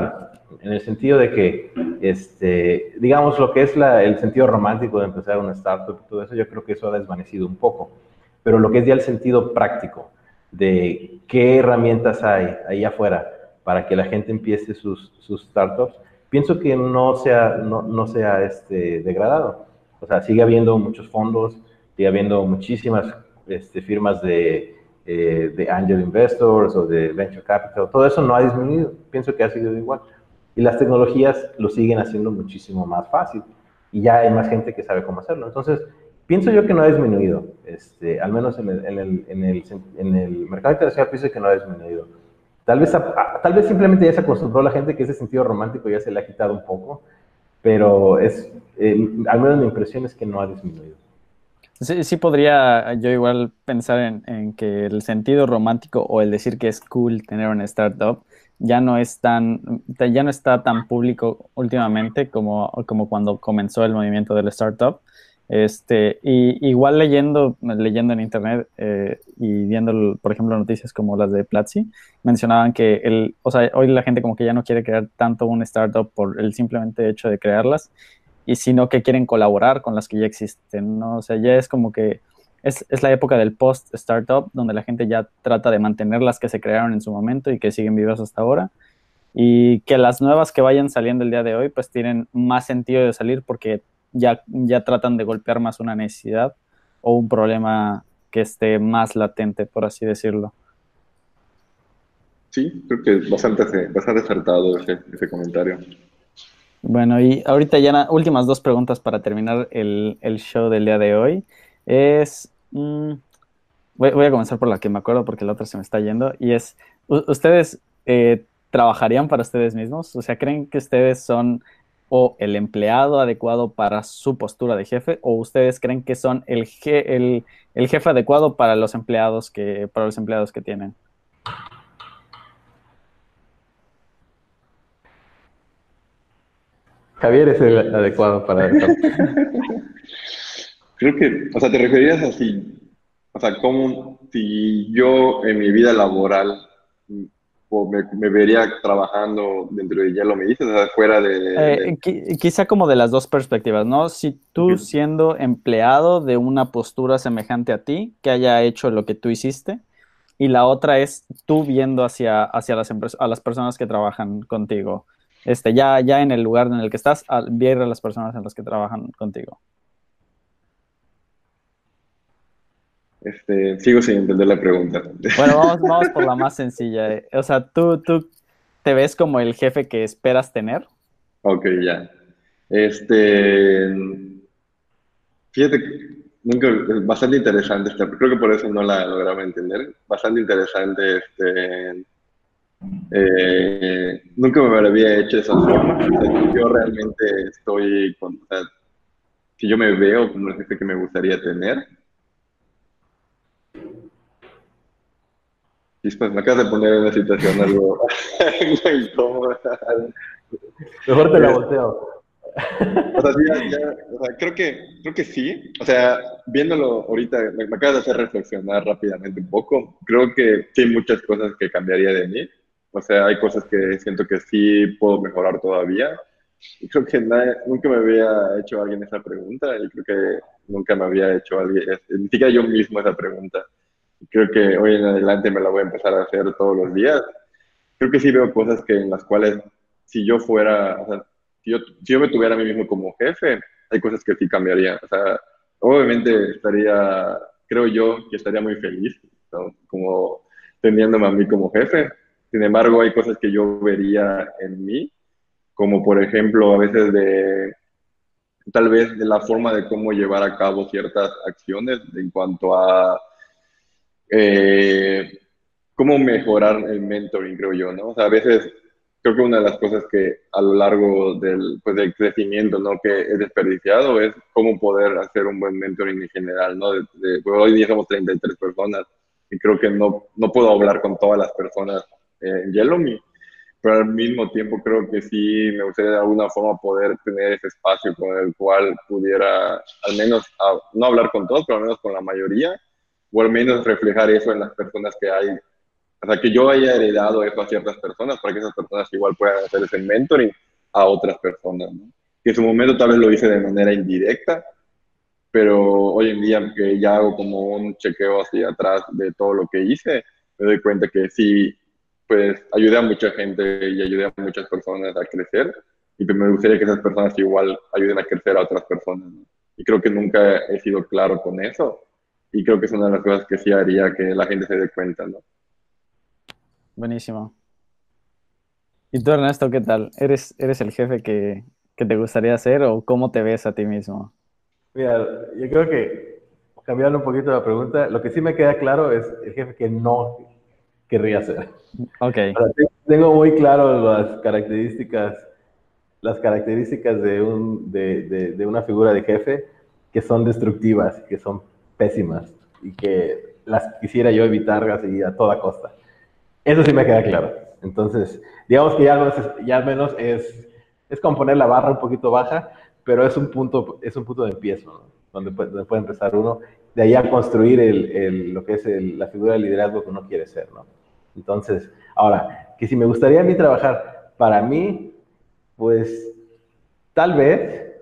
en el sentido de que, este, digamos, lo que es la, el sentido romántico de empezar una startup y todo eso, yo creo que eso ha desvanecido un poco. Pero lo que es ya el sentido práctico de qué herramientas hay ahí afuera para que la gente empiece sus, sus startups, pienso que no se ha, no, no se ha este, degradado. O sea, sigue habiendo muchos fondos, sigue habiendo muchísimas este, firmas de, eh, de angel investors o de venture capital. Todo eso no ha disminuido. Pienso que ha sido igual. Y las tecnologías lo siguen haciendo muchísimo más fácil. Y ya hay más gente que sabe cómo hacerlo. Entonces, pienso yo que no ha disminuido. Este, al menos en el, en el, en el, en el mercado internacional pienso que no ha disminuido. Tal vez, tal vez simplemente ya se acostumbró la gente que ese sentido romántico ya se le ha quitado un poco, pero es, eh, al menos mi impresión es que no ha disminuido. Sí, sí podría yo igual pensar en, en que el sentido romántico o el decir que es cool tener una startup ya no es tan, ya no está tan público últimamente como, como cuando comenzó el movimiento del startup. Este, y igual leyendo, leyendo en internet eh, y viendo, por ejemplo, noticias como las de Platzi, mencionaban que el, o sea, hoy la gente como que ya no quiere crear tanto un startup por el simplemente hecho de crearlas, y sino que quieren colaborar con las que ya existen, ¿no? O sea, ya es como que es, es la época del post-startup, donde la gente ya trata de mantener las que se crearon en su momento y que siguen vivas hasta ahora, y que las nuevas que vayan saliendo el día de hoy, pues tienen más sentido de salir porque ya, ya tratan de golpear más una necesidad o un problema que esté más latente, por así decirlo. Sí, creo que es bastante, bastante acertado ese, ese comentario. Bueno, y ahorita ya na- últimas dos preguntas para terminar el, el show del día de hoy. Es, mm, voy, voy a comenzar por la que me acuerdo porque la otra se me está yendo, y es, u- ¿ustedes eh, trabajarían para ustedes mismos? O sea, ¿creen que ustedes son o el empleado adecuado para su postura de jefe, o ustedes creen que son el, je- el, el jefe adecuado para los empleados que, para los empleados que tienen? Javier es el adecuado para dejar. Creo que, o sea, te referirías así, o sea, como si yo en mi vida laboral mm, o me, me vería trabajando dentro de Yellow, me dices, o sea, fuera de, de- Eh, qui- quizá como de las dos perspectivas, ¿no? Si tú siendo empleado de una postura semejante a ti, que haya hecho lo que tú hiciste, y la otra es tú viendo hacia, hacia las empres- a las personas que trabajan contigo. Este, ya, ya en el lugar en el que estás, al ver a las personas en las que trabajan contigo. este, sigo sin entender la pregunta. Bueno, vamos, vamos por la más sencilla. eh. O sea, ¿tú, tú te ves como el jefe que esperas tener? Ok, ya. Este, fíjate que nunca, es bastante interesante esta, creo que por eso no la lograba entender. Bastante interesante, este, eh, nunca me lo había hecho de esa forma. O sea, si yo realmente estoy con, o sea, si yo me veo como el jefe que me gustaría tener. Chispas, me acabas de poner en una situación algo, algo incómoda. Mejor te la Es- volteo. o sea, sí, ya, ya, o sea, creo que, creo que sí. O sea, viéndolo ahorita, me, me acabas de hacer reflexionar rápidamente un poco. Creo que sí hay muchas cosas que cambiaría de mí. O sea, hay cosas que siento que sí puedo mejorar todavía. Y creo que nadie- nunca me había hecho alguien esa pregunta y creo que nunca me había hecho alguien, ni siquiera yo mismo esa pregunta. Creo que hoy en adelante me la voy a empezar a hacer todos los días. Creo que sí veo cosas que en las cuales si yo fuera, o sea, si yo, si yo me tuviera a mí mismo como jefe, hay cosas que sí cambiarían. O sea, obviamente estaría, creo yo que estaría muy feliz, ¿no? Como teniéndome a mí como jefe. Sin embargo, hay cosas que yo vería en mí, como por ejemplo a veces de tal vez de la forma de cómo llevar a cabo ciertas acciones en cuanto a eh, cómo mejorar el mentoring, creo yo, ¿no? O sea, a veces creo que una de las cosas que a lo largo del, pues, del crecimiento, ¿no? Que he desperdiciado es cómo poder hacer un buen mentoring en general, ¿no? De, de, pues, hoy día somos treinta y tres personas y creo que no, no puedo hablar con todas las personas eh, en Yellowme, pero al mismo tiempo creo que sí me gustaría de alguna forma poder tener ese espacio con el cual pudiera al menos, a, no hablar con todos, pero al menos con la mayoría, o al menos reflejar eso en las personas que hay o sea, que yo haya heredado eso a ciertas personas para que esas personas igual puedan hacer ese mentoring a otras personas, ¿no? Que en su momento tal vez lo hice de manera indirecta, pero hoy en día que ya hago como un chequeo hacia atrás de todo lo que hice, me doy cuenta que sí, pues ayudé a mucha gente y ayudé a muchas personas a crecer y que me gustaría que esas personas igual ayuden a crecer a otras personas, ¿no? Y creo que nunca he sido claro con eso y creo que es una de las cosas que sí haría que la gente se dé cuenta, ¿no? Buenísimo. ¿Y tú, Ernesto, qué tal? ¿Eres, eres el jefe que, que te gustaría ser o cómo te ves a ti mismo? Mira, yo creo que, cambiando un poquito la pregunta, lo que sí me queda claro es el jefe que no querría ser. Ok, O sea, te- tengo muy claro las características, las características de, un, de, de, de una figura de jefe que son destructivas, que son pésimas y que las quisiera yo evitar así a toda costa. Eso sí me queda claro. Entonces, digamos que ya, no es- ya al menos es, es como poner la barra un poquito baja, pero es un punto, es un punto de empiezo, ¿no? Donde puede, donde puede empezar uno, de ahí a construir el, el, lo que es el, la figura de liderazgo que uno quiere ser, ¿no? Entonces, ahora, que si me gustaría a mí trabajar para mí, pues tal vez,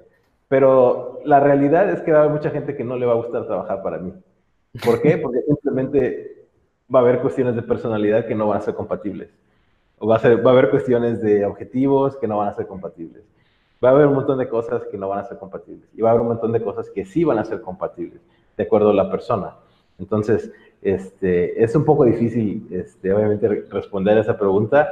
pero la realidad es que va a haber mucha gente que no le va a gustar trabajar para mí. ¿Por qué? Porque simplemente va a haber cuestiones de personalidad que no van a ser compatibles. O va a, ser, va a haber cuestiones de objetivos que no van a ser compatibles. Va a haber un montón de cosas que no van a ser compatibles. Y va a haber un montón de cosas que sí van a ser compatibles, de acuerdo a la persona. Entonces, este, es un poco difícil, este, obviamente, responder a esa pregunta.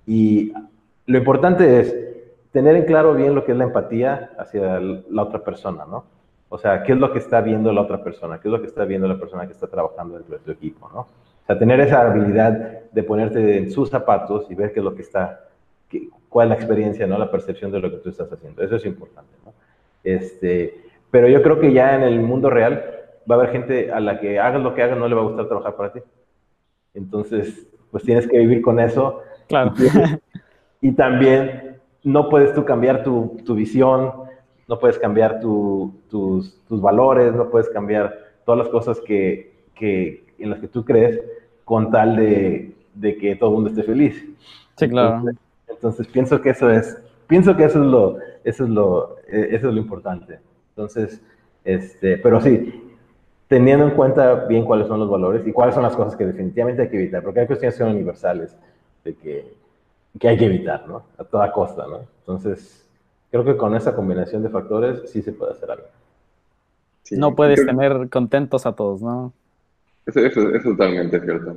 Y lo importante es tener en claro bien lo que es la empatía hacia la otra persona, ¿no? O sea, ¿qué es lo que está viendo la otra persona? ¿Qué es lo que está viendo la persona que está trabajando dentro de tu equipo, ¿no? O sea, tener esa habilidad de ponerte en sus zapatos y ver qué es lo que está, qué, cuál es la experiencia, ¿no? La percepción de lo que tú estás haciendo. Eso es importante, ¿no? Este, pero yo creo que ya en el mundo real va a haber gente a la que hagas lo que hagas no le va a gustar trabajar para ti. Entonces, pues tienes que vivir con eso y, claro. tienes, y también no puedes tú cambiar tu, tu visión, no puedes cambiar tu, tus, tus, valores, no puedes cambiar todas las cosas que, que, en las que tú crees con tal de, de que todo el mundo esté feliz. Sí, Entonces, claro. entonces pienso que eso es, pienso que eso es lo, eso es lo, eh, eso es lo importante. Entonces, este, pero sí, teniendo en cuenta bien cuáles son los valores y cuáles son las cosas que definitivamente hay que evitar, porque hay cuestiones que son universales de que, que hay que evitar, ¿no? A toda costa, ¿no? Entonces, creo que con esa combinación de factores sí se puede hacer algo. Sí, No y puedes creo tener contentos a todos, ¿no? que eso, eso, eso es totalmente cierto.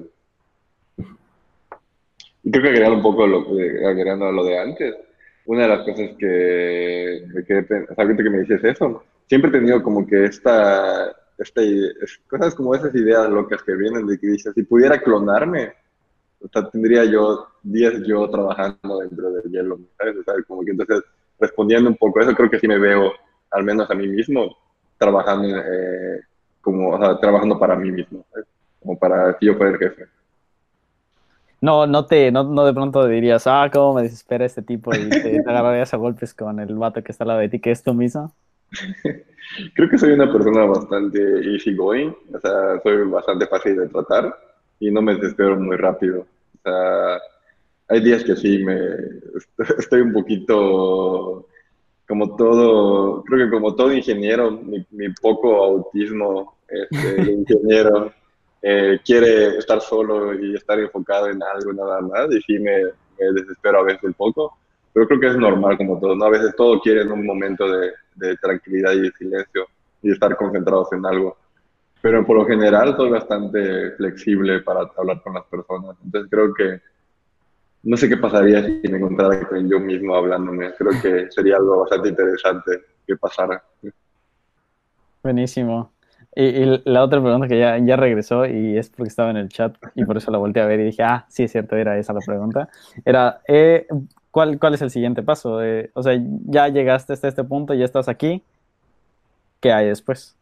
Y creo que agregando un poco lo, que- agregando a lo de antes, una de las cosas que me quedé, pen- o sea, ahorita que me dices eso, siempre he tenido como que esta, esta ide- es- cosas como esas ideas locas que vienen de que dices, si pudiera clonarme, o sea, tendría yo diez yo trabajando dentro del hielo, ¿sabes? O sea, como que entonces, respondiendo un poco a eso, creo que sí me veo, al menos a mí mismo, trabajando, eh, como, o sea, trabajando para mí mismo, ¿sabes? Como para si yo fuera el jefe. No, no te, no, no de pronto dirías, ah, cómo me desespera este tipo y te, te agarrarías a golpes con el vato que está al lado de ti, que es tú mismo. Creo que soy una persona bastante easygoing, o sea, soy bastante fácil de tratar y no me desespero muy rápido. O sea, hay días que sí me estoy un poquito como todo, creo que como todo ingeniero, mi, mi poco autismo este, de ingeniero eh, quiere estar solo y estar enfocado en algo nada más y sí me, me desespero a veces un poco, pero creo que es normal como todo, ¿no? A veces todo quiere en un momento de, de tranquilidad y de silencio y estar concentrados en algo. Pero por lo general soy bastante flexible para hablar con las personas. Entonces creo que no sé qué pasaría si me encontrara con yo mismo hablándome. Creo que sería algo bastante interesante que pasara. Buenísimo. Y, y la otra pregunta que ya, ya regresó y es porque estaba en el chat y por eso la volteé a ver y dije, ah, sí, es cierto, era esa la pregunta. Era, eh, ¿cuál, cuál es el siguiente paso? Eh, o sea, ya llegaste hasta este punto, ya estás aquí, ¿qué hay después?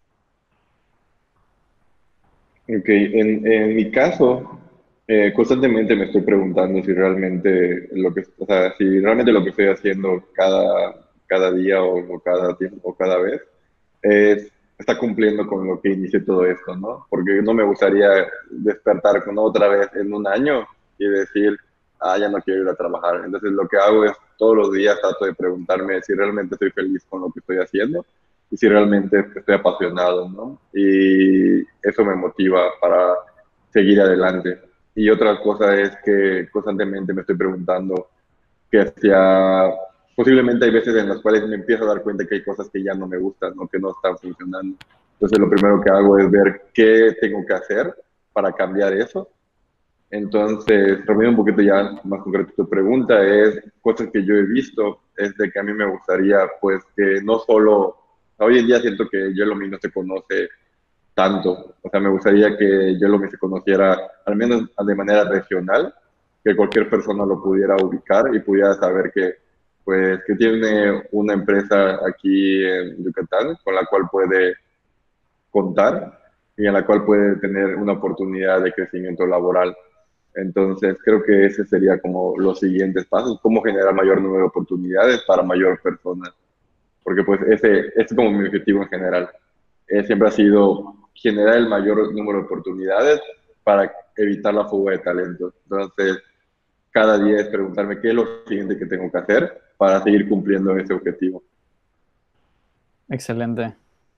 Ok, en, en mi caso, eh, constantemente me estoy preguntando si realmente lo que, o sea, si realmente lo que estoy haciendo cada, cada día o, o cada tiempo o cada vez es está cumpliendo con lo que inicié todo esto, ¿no? Porque no me gustaría despertar con otra vez en un año y decir, ah, ya no quiero ir a trabajar. Entonces lo que hago es todos los días trato de preguntarme si realmente estoy feliz con lo que estoy haciendo y si realmente estoy apasionado, ¿no? Y eso me motiva para seguir adelante. Y otra cosa es que constantemente me estoy preguntando que hacia, posiblemente hay veces en las cuales me empiezo a dar cuenta que hay cosas que ya no me gustan o que no están funcionando. Entonces lo primero que hago es ver qué tengo que hacer para cambiar eso. Entonces, resumiendo un poquito ya más concreto tu pregunta, es cosas que yo he visto, es de que a mí me gustaría, pues, que no solo, hoy en día siento que Yellowme no se conoce tanto, o sea, me gustaría que Yellowme se conociera al menos de manera regional, que cualquier persona lo pudiera ubicar y pudiera saber que, pues, que tiene una empresa aquí en Yucatán con la cual puede contar y en la cual puede tener una oportunidad de crecimiento laboral. Entonces, creo que ese sería como los siguientes pasos, cómo generar mayor número de oportunidades para mayor personas, porque pues ese, ese es como mi objetivo en general. Eh, siempre ha sido generar el mayor número de oportunidades para evitar la fuga de talentos. Entonces, cada día es preguntarme qué es lo siguiente que tengo que hacer para seguir cumpliendo ese objetivo. Excelente.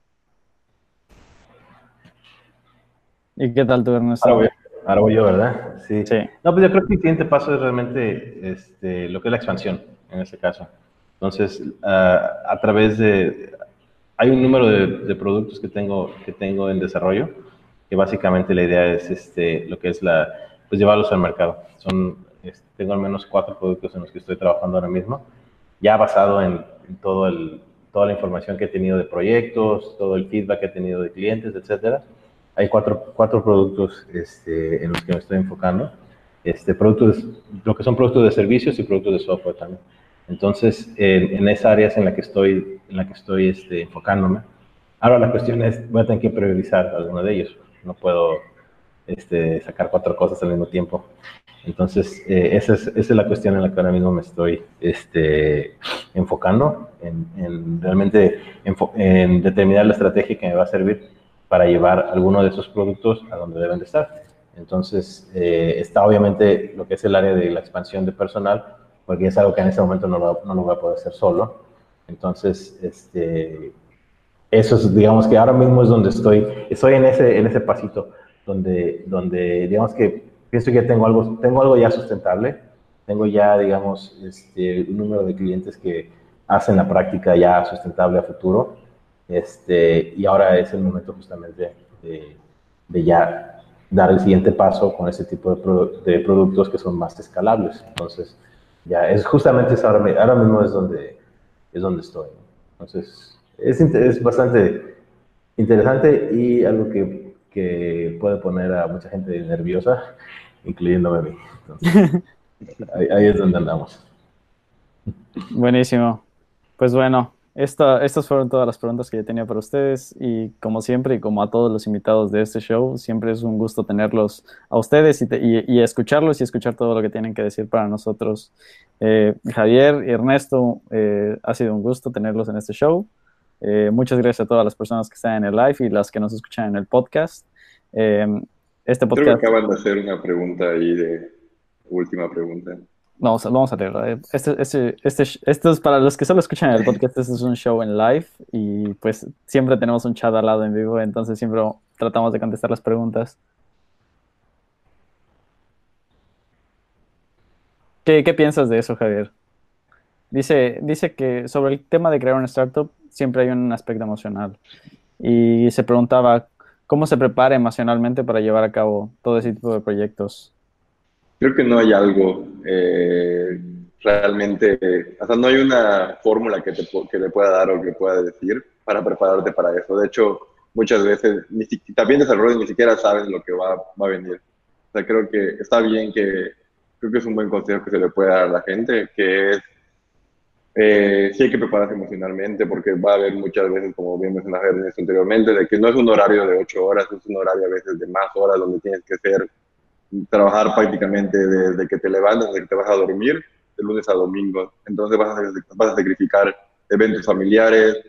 ¿Y qué tal tú, Ernesto? Ahora voy, ahora voy yo, ¿verdad? Sí. Sí. No, pues yo creo que el siguiente paso es realmente este, lo que es la expansión, en este caso. Entonces, uh, a través de... Hay un número de, de productos que tengo, que tengo en desarrollo, que básicamente la idea es este, lo que es la... Pues llevarlos al mercado. Son, este, tengo al menos cuatro productos en los que estoy trabajando ahora mismo, ya basado en, en todo el, toda la información que he tenido de proyectos, todo el feedback que he tenido de clientes, etcétera. Hay cuatro, cuatro productos este, en los que me estoy enfocando. Este, productos, lo que son productos de servicios y productos de software también. Entonces, en, en esa área es en la que estoy, en la que estoy este, enfocándome. Ahora la cuestión es, voy a tener que priorizar alguno de ellos. No puedo este, sacar cuatro cosas al mismo tiempo. Entonces, eh, esa, es, esa es la cuestión en la que ahora mismo me estoy este, enfocando, en, en realmente en determinar la estrategia que me va a servir para llevar alguno de esos productos a donde deben de estar. Entonces, eh, está obviamente lo que es el área de la expansión de personal, porque es algo que en ese momento no lo, no lo voy a poder hacer solo. Entonces, este, eso es, digamos que ahora mismo es donde estoy, estoy en ese, en ese pasito, donde, donde digamos que pienso que tengo algo, tengo algo ya sustentable, tengo ya, digamos, este, un número de clientes que hacen la práctica ya sustentable a futuro. Este, y ahora es el momento justamente de, de ya dar el siguiente paso con ese tipo de, produ de productos que son más escalables. Entonces, ya es justamente es ahora, ahora mismo es donde, es donde estoy. Entonces, es, es bastante interesante y algo que, que puede poner a mucha gente nerviosa, incluyéndome a mí. Entonces, ahí, ahí es donde andamos. Buenísimo. Pues bueno, esta, estas fueron todas las preguntas que yo tenía para ustedes y como siempre y como a todos los invitados de este show, siempre es un gusto tenerlos a ustedes y, te, y, y escucharlos y escuchar todo lo que tienen que decir para nosotros. Eh, Javier y Ernesto, eh, ha sido un gusto tenerlos en este show. Eh, muchas gracias a todas las personas que están en el live y las que nos escuchan en el podcast. Eh, este podcast... Creo que acaban de hacer una pregunta ahí de última pregunta. Vamos, vamos a leerlo. Este, este, este, esto es para los que solo escuchan el podcast. Este es un show en live y pues siempre tenemos un chat al lado en vivo, entonces siempre tratamos de contestar las preguntas. ¿Qué, qué piensas de eso, Javier? Dice, dice que sobre el tema de crear una startup siempre hay un aspecto emocional y se preguntaba cómo se prepara emocionalmente para llevar a cabo todo ese tipo de proyectos. Creo que no hay algo eh, realmente, o sea, no hay una fórmula que te, que te pueda dar o que pueda decir para prepararte para eso. De hecho, muchas veces, ni si, también desarrollos ni siquiera sabes lo que va, va a venir. O sea, creo que está bien que, creo que es un buen consejo que se le puede dar a la gente, que es, eh, sí hay que prepararse emocionalmente porque va a haber muchas veces, como bien mencionaste anteriormente, de que no es un horario de ocho horas, es un horario a veces de más horas donde tienes que ser trabajar prácticamente desde que te levantas, desde que te vas a dormir, de lunes a domingo. Entonces vas a, vas a sacrificar eventos familiares,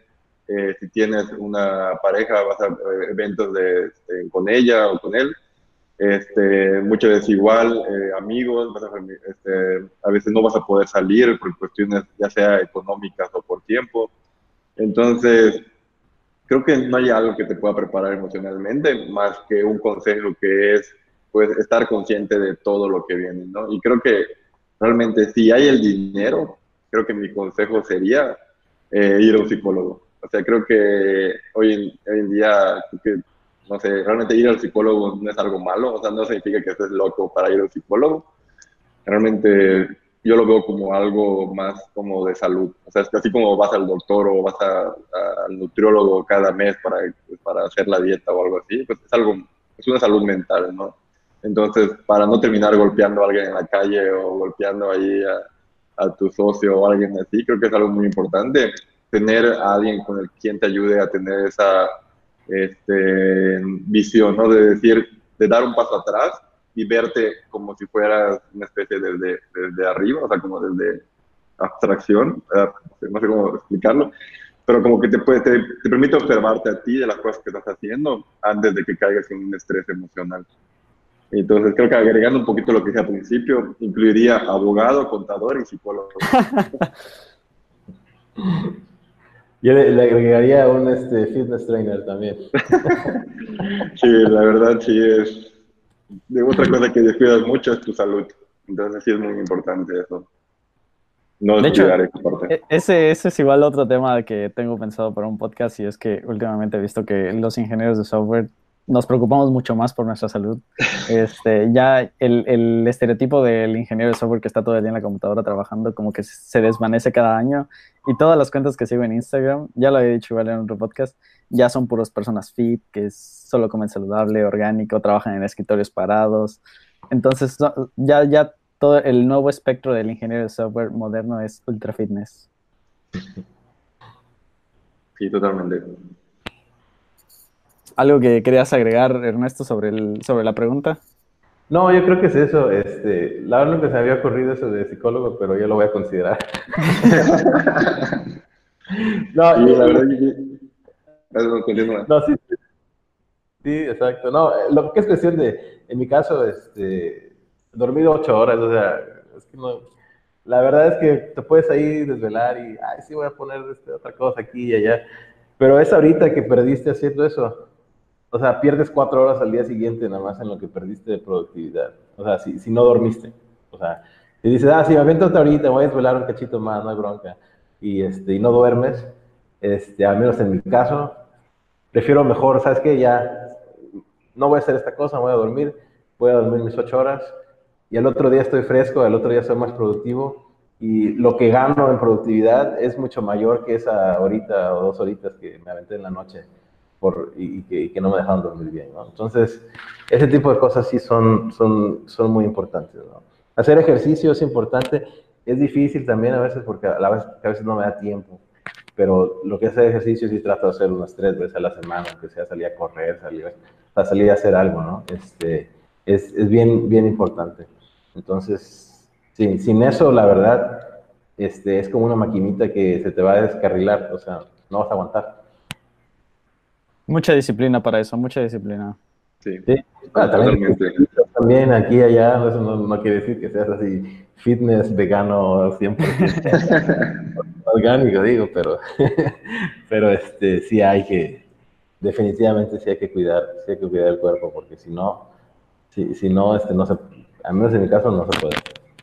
Eh, si tienes una pareja, vas a eh, eventos de, este, con ella o con él. Este, muchas veces igual, eh, amigos, vas a, este, a veces no vas a poder salir por cuestiones ya sea económicas o por tiempo. Entonces, creo que no hay algo que te pueda preparar emocionalmente más que un consejo que es pues estar consciente de todo lo que viene, ¿no? Y creo que realmente si hay el dinero, creo que mi consejo sería eh, ir a un psicólogo. O sea, creo que hoy en, hoy en día, creo que, no sé, realmente ir al psicólogo no es algo malo, o sea, no significa que estés loco para ir al psicólogo. Realmente yo lo veo como algo más como de salud. O sea, es que así como vas al doctor o vas a, a- al nutriólogo cada mes para, para hacer la dieta o algo así, pues es algo, es una salud mental, ¿no? Entonces, para no terminar golpeando a alguien en la calle o golpeando ahí a, a tu socio o alguien así, creo que es algo muy importante. Tener a alguien con el quien te ayude a tener esa este, visión, ¿no? De decir, de dar un paso atrás y verte como si fueras una especie de, de, de, de arriba, o sea, como desde abstracción, eh, no sé cómo explicarlo, pero como que te, puede, te, te permite observarte a ti de las cosas que estás haciendo antes de que caigas en un estrés emocional. Entonces, creo que agregando un poquito lo que dije al principio, incluiría abogado, contador y psicólogo. Yo le, le agregaría un este, fitness trainer también. Sí, la verdad sí es. De otra cosa que descuidas mucho es tu salud. Entonces sí es muy importante eso. No De hecho, descuidar esa parte. e- ese, ese es igual otro tema que tengo pensado para un podcast y es que últimamente he visto que los ingenieros de software nos preocupamos mucho más por nuestra salud. Este, ya el, el estereotipo del ingeniero de software que está todo el día en la computadora trabajando como que se desvanece cada año y todas las cuentas que sigo en Instagram, ya lo he dicho igual en otro podcast, ya son puras personas fit, que solo comen saludable, orgánico, trabajan en escritorios parados. Entonces, so- ya, ya todo el nuevo espectro del ingeniero de software moderno es ultra fitness. Sí, totalmente. ¿Algo que querías agregar, Ernesto, sobre, el, sobre la pregunta? No, yo creo que es eso. Este, la verdad nunca se me había ocurrido eso de psicólogo, pero yo lo voy a considerar. Sí, No, la y- verdad que sí. Eso continúa. no, sí, sí, exacto. No, eh, lo que es cuestión de, en mi caso, este, dormir ocho horas, o sea, es que no, la verdad es que te puedes ahí desvelar y, ay, sí, voy a poner este, otra cosa aquí y allá, pero es ahorita que perdiste haciendo eso. O sea, pierdes cuatro horas al día siguiente nada más en lo que perdiste de productividad. O sea, si, si no dormiste. O sea, si dices, ah, sí, me aviento hasta ahorita, voy a desvelar un cachito más, no hay bronca. Y, este, y no duermes, este, al menos en mi caso, prefiero mejor, ¿sabes qué? Ya no voy a hacer esta cosa, voy a dormir, voy a dormir mis ocho horas y al otro día estoy fresco, al otro día soy más productivo y lo que gano en productividad es mucho mayor que esa horita o dos horitas que me aventé en la noche por, y, y, que, y que no me dejaron dormir bien, ¿no? Entonces, ese tipo de cosas sí son, son, son muy importantes, ¿no? Hacer ejercicio es importante, es difícil también a veces porque a, la vez, a veces no me da tiempo, pero lo que es hacer ejercicio sí trato de hacer unas tres veces a la semana, aunque sea salir a correr, salir, para salir a hacer algo, ¿no? Este, es, es bien, bien importante. Entonces, sí, sin eso, la verdad, este, es como una maquinita que se te va a descarrilar, o sea, no vas a aguantar. Mucha disciplina para eso, mucha disciplina. Sí, Sí. Ah, también, totalmente. también aquí y allá, eso no, no quiere decir que seas así fitness, vegano, cien por ciento orgánico, digo, pero, pero este, sí hay que, definitivamente sí hay que cuidar, sí hay que cuidar el cuerpo, porque si no, si, si no, este, no se, al menos en mi caso no se puede.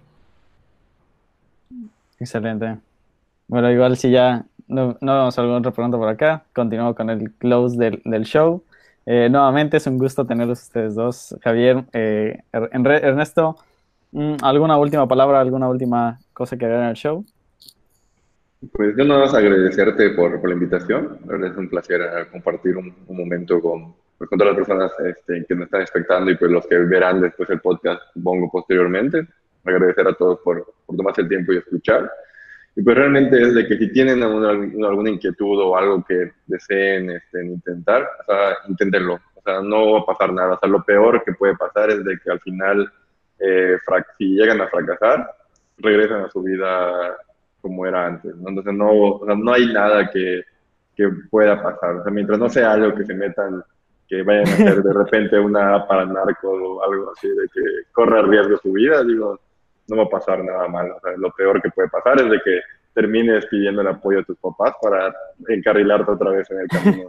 Excelente. Bueno, igual si ya no, no vemos alguna otra pregunta por acá, continúo con el close del, del show. Eh, nuevamente es un gusto tenerlos ustedes dos. Javier, eh, Er- Enre- Ernesto, mm, ¿alguna última palabra, alguna última cosa que agregar en el show? Pues yo nada más agradecerte por, por la invitación. La verdad es un placer eh, compartir un, un momento con, pues, con todas las personas este, que nos están expectando y pues los que verán después el podcast, supongo, posteriormente. Agradecer a todos por, por tomarse el tiempo y escuchar. Y pues realmente es de que si tienen alguna, alguna inquietud o algo que deseen este, intentar, o sea, inténtenlo. O sea, no va a pasar nada. O sea, lo peor que puede pasar es de que al final, eh, si llegan a fracasar, regresan a su vida como era antes, ¿no? Entonces no, o sea, no hay nada que, que pueda pasar. O sea, mientras no sea algo que se metan, que vayan a hacer de repente una app para narcos o algo así, de que corra riesgo su vida, digo, no va a pasar nada malo. O sea, lo peor que puede pasar es de que termines pidiendo el apoyo a tus papás para encarrilarte otra vez en el camino.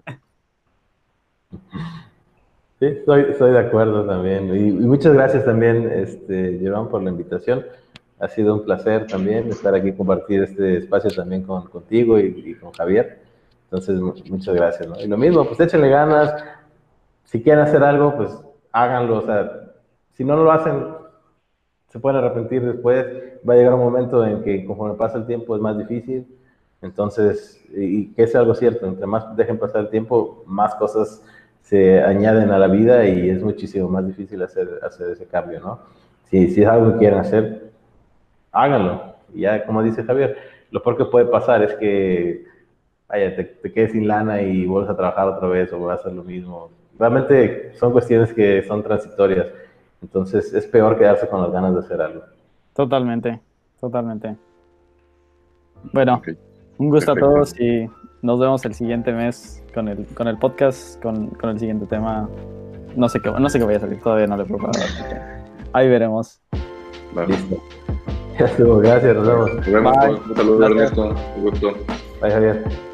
Sí, estoy, estoy de acuerdo también. Y, y muchas gracias también, este, Jerome, por la invitación. Ha sido un placer también estar aquí, compartir este espacio también con, contigo y, y con Javier. Entonces, muchas gracias, ¿no? Y lo mismo, pues échenle ganas. Si quieren hacer algo, pues háganlo. O sea, si no lo hacen, se pueden arrepentir después. Va a llegar un momento en que conforme pasa el tiempo es más difícil. Entonces, y que es algo cierto, entre más dejen pasar el tiempo, más cosas se añaden a la vida y es muchísimo más difícil hacer, hacer ese cambio, ¿no? Si, si es algo que quieren hacer, háganlo. Y ya, como dice Javier, lo peor que puede pasar es que vaya, te, te quedes sin lana y vuelves a trabajar otra vez o vas a hacer lo mismo. Realmente son cuestiones que son transitorias. Entonces es peor quedarse con las ganas de hacer algo. Totalmente, totalmente. Bueno, Okay. Un gusto Perfecto. a todos y nos vemos el siguiente mes con el, con el podcast, con, con el siguiente tema. No sé qué, no sé qué voy a salir, todavía no lo he preparado. Así que ahí veremos. Vale. Listo. Ya estuvo, gracias, nos vemos. Nos vemos. Bye. Un saludo, Gracias. Ernesto. Un gusto. Bye, Javier.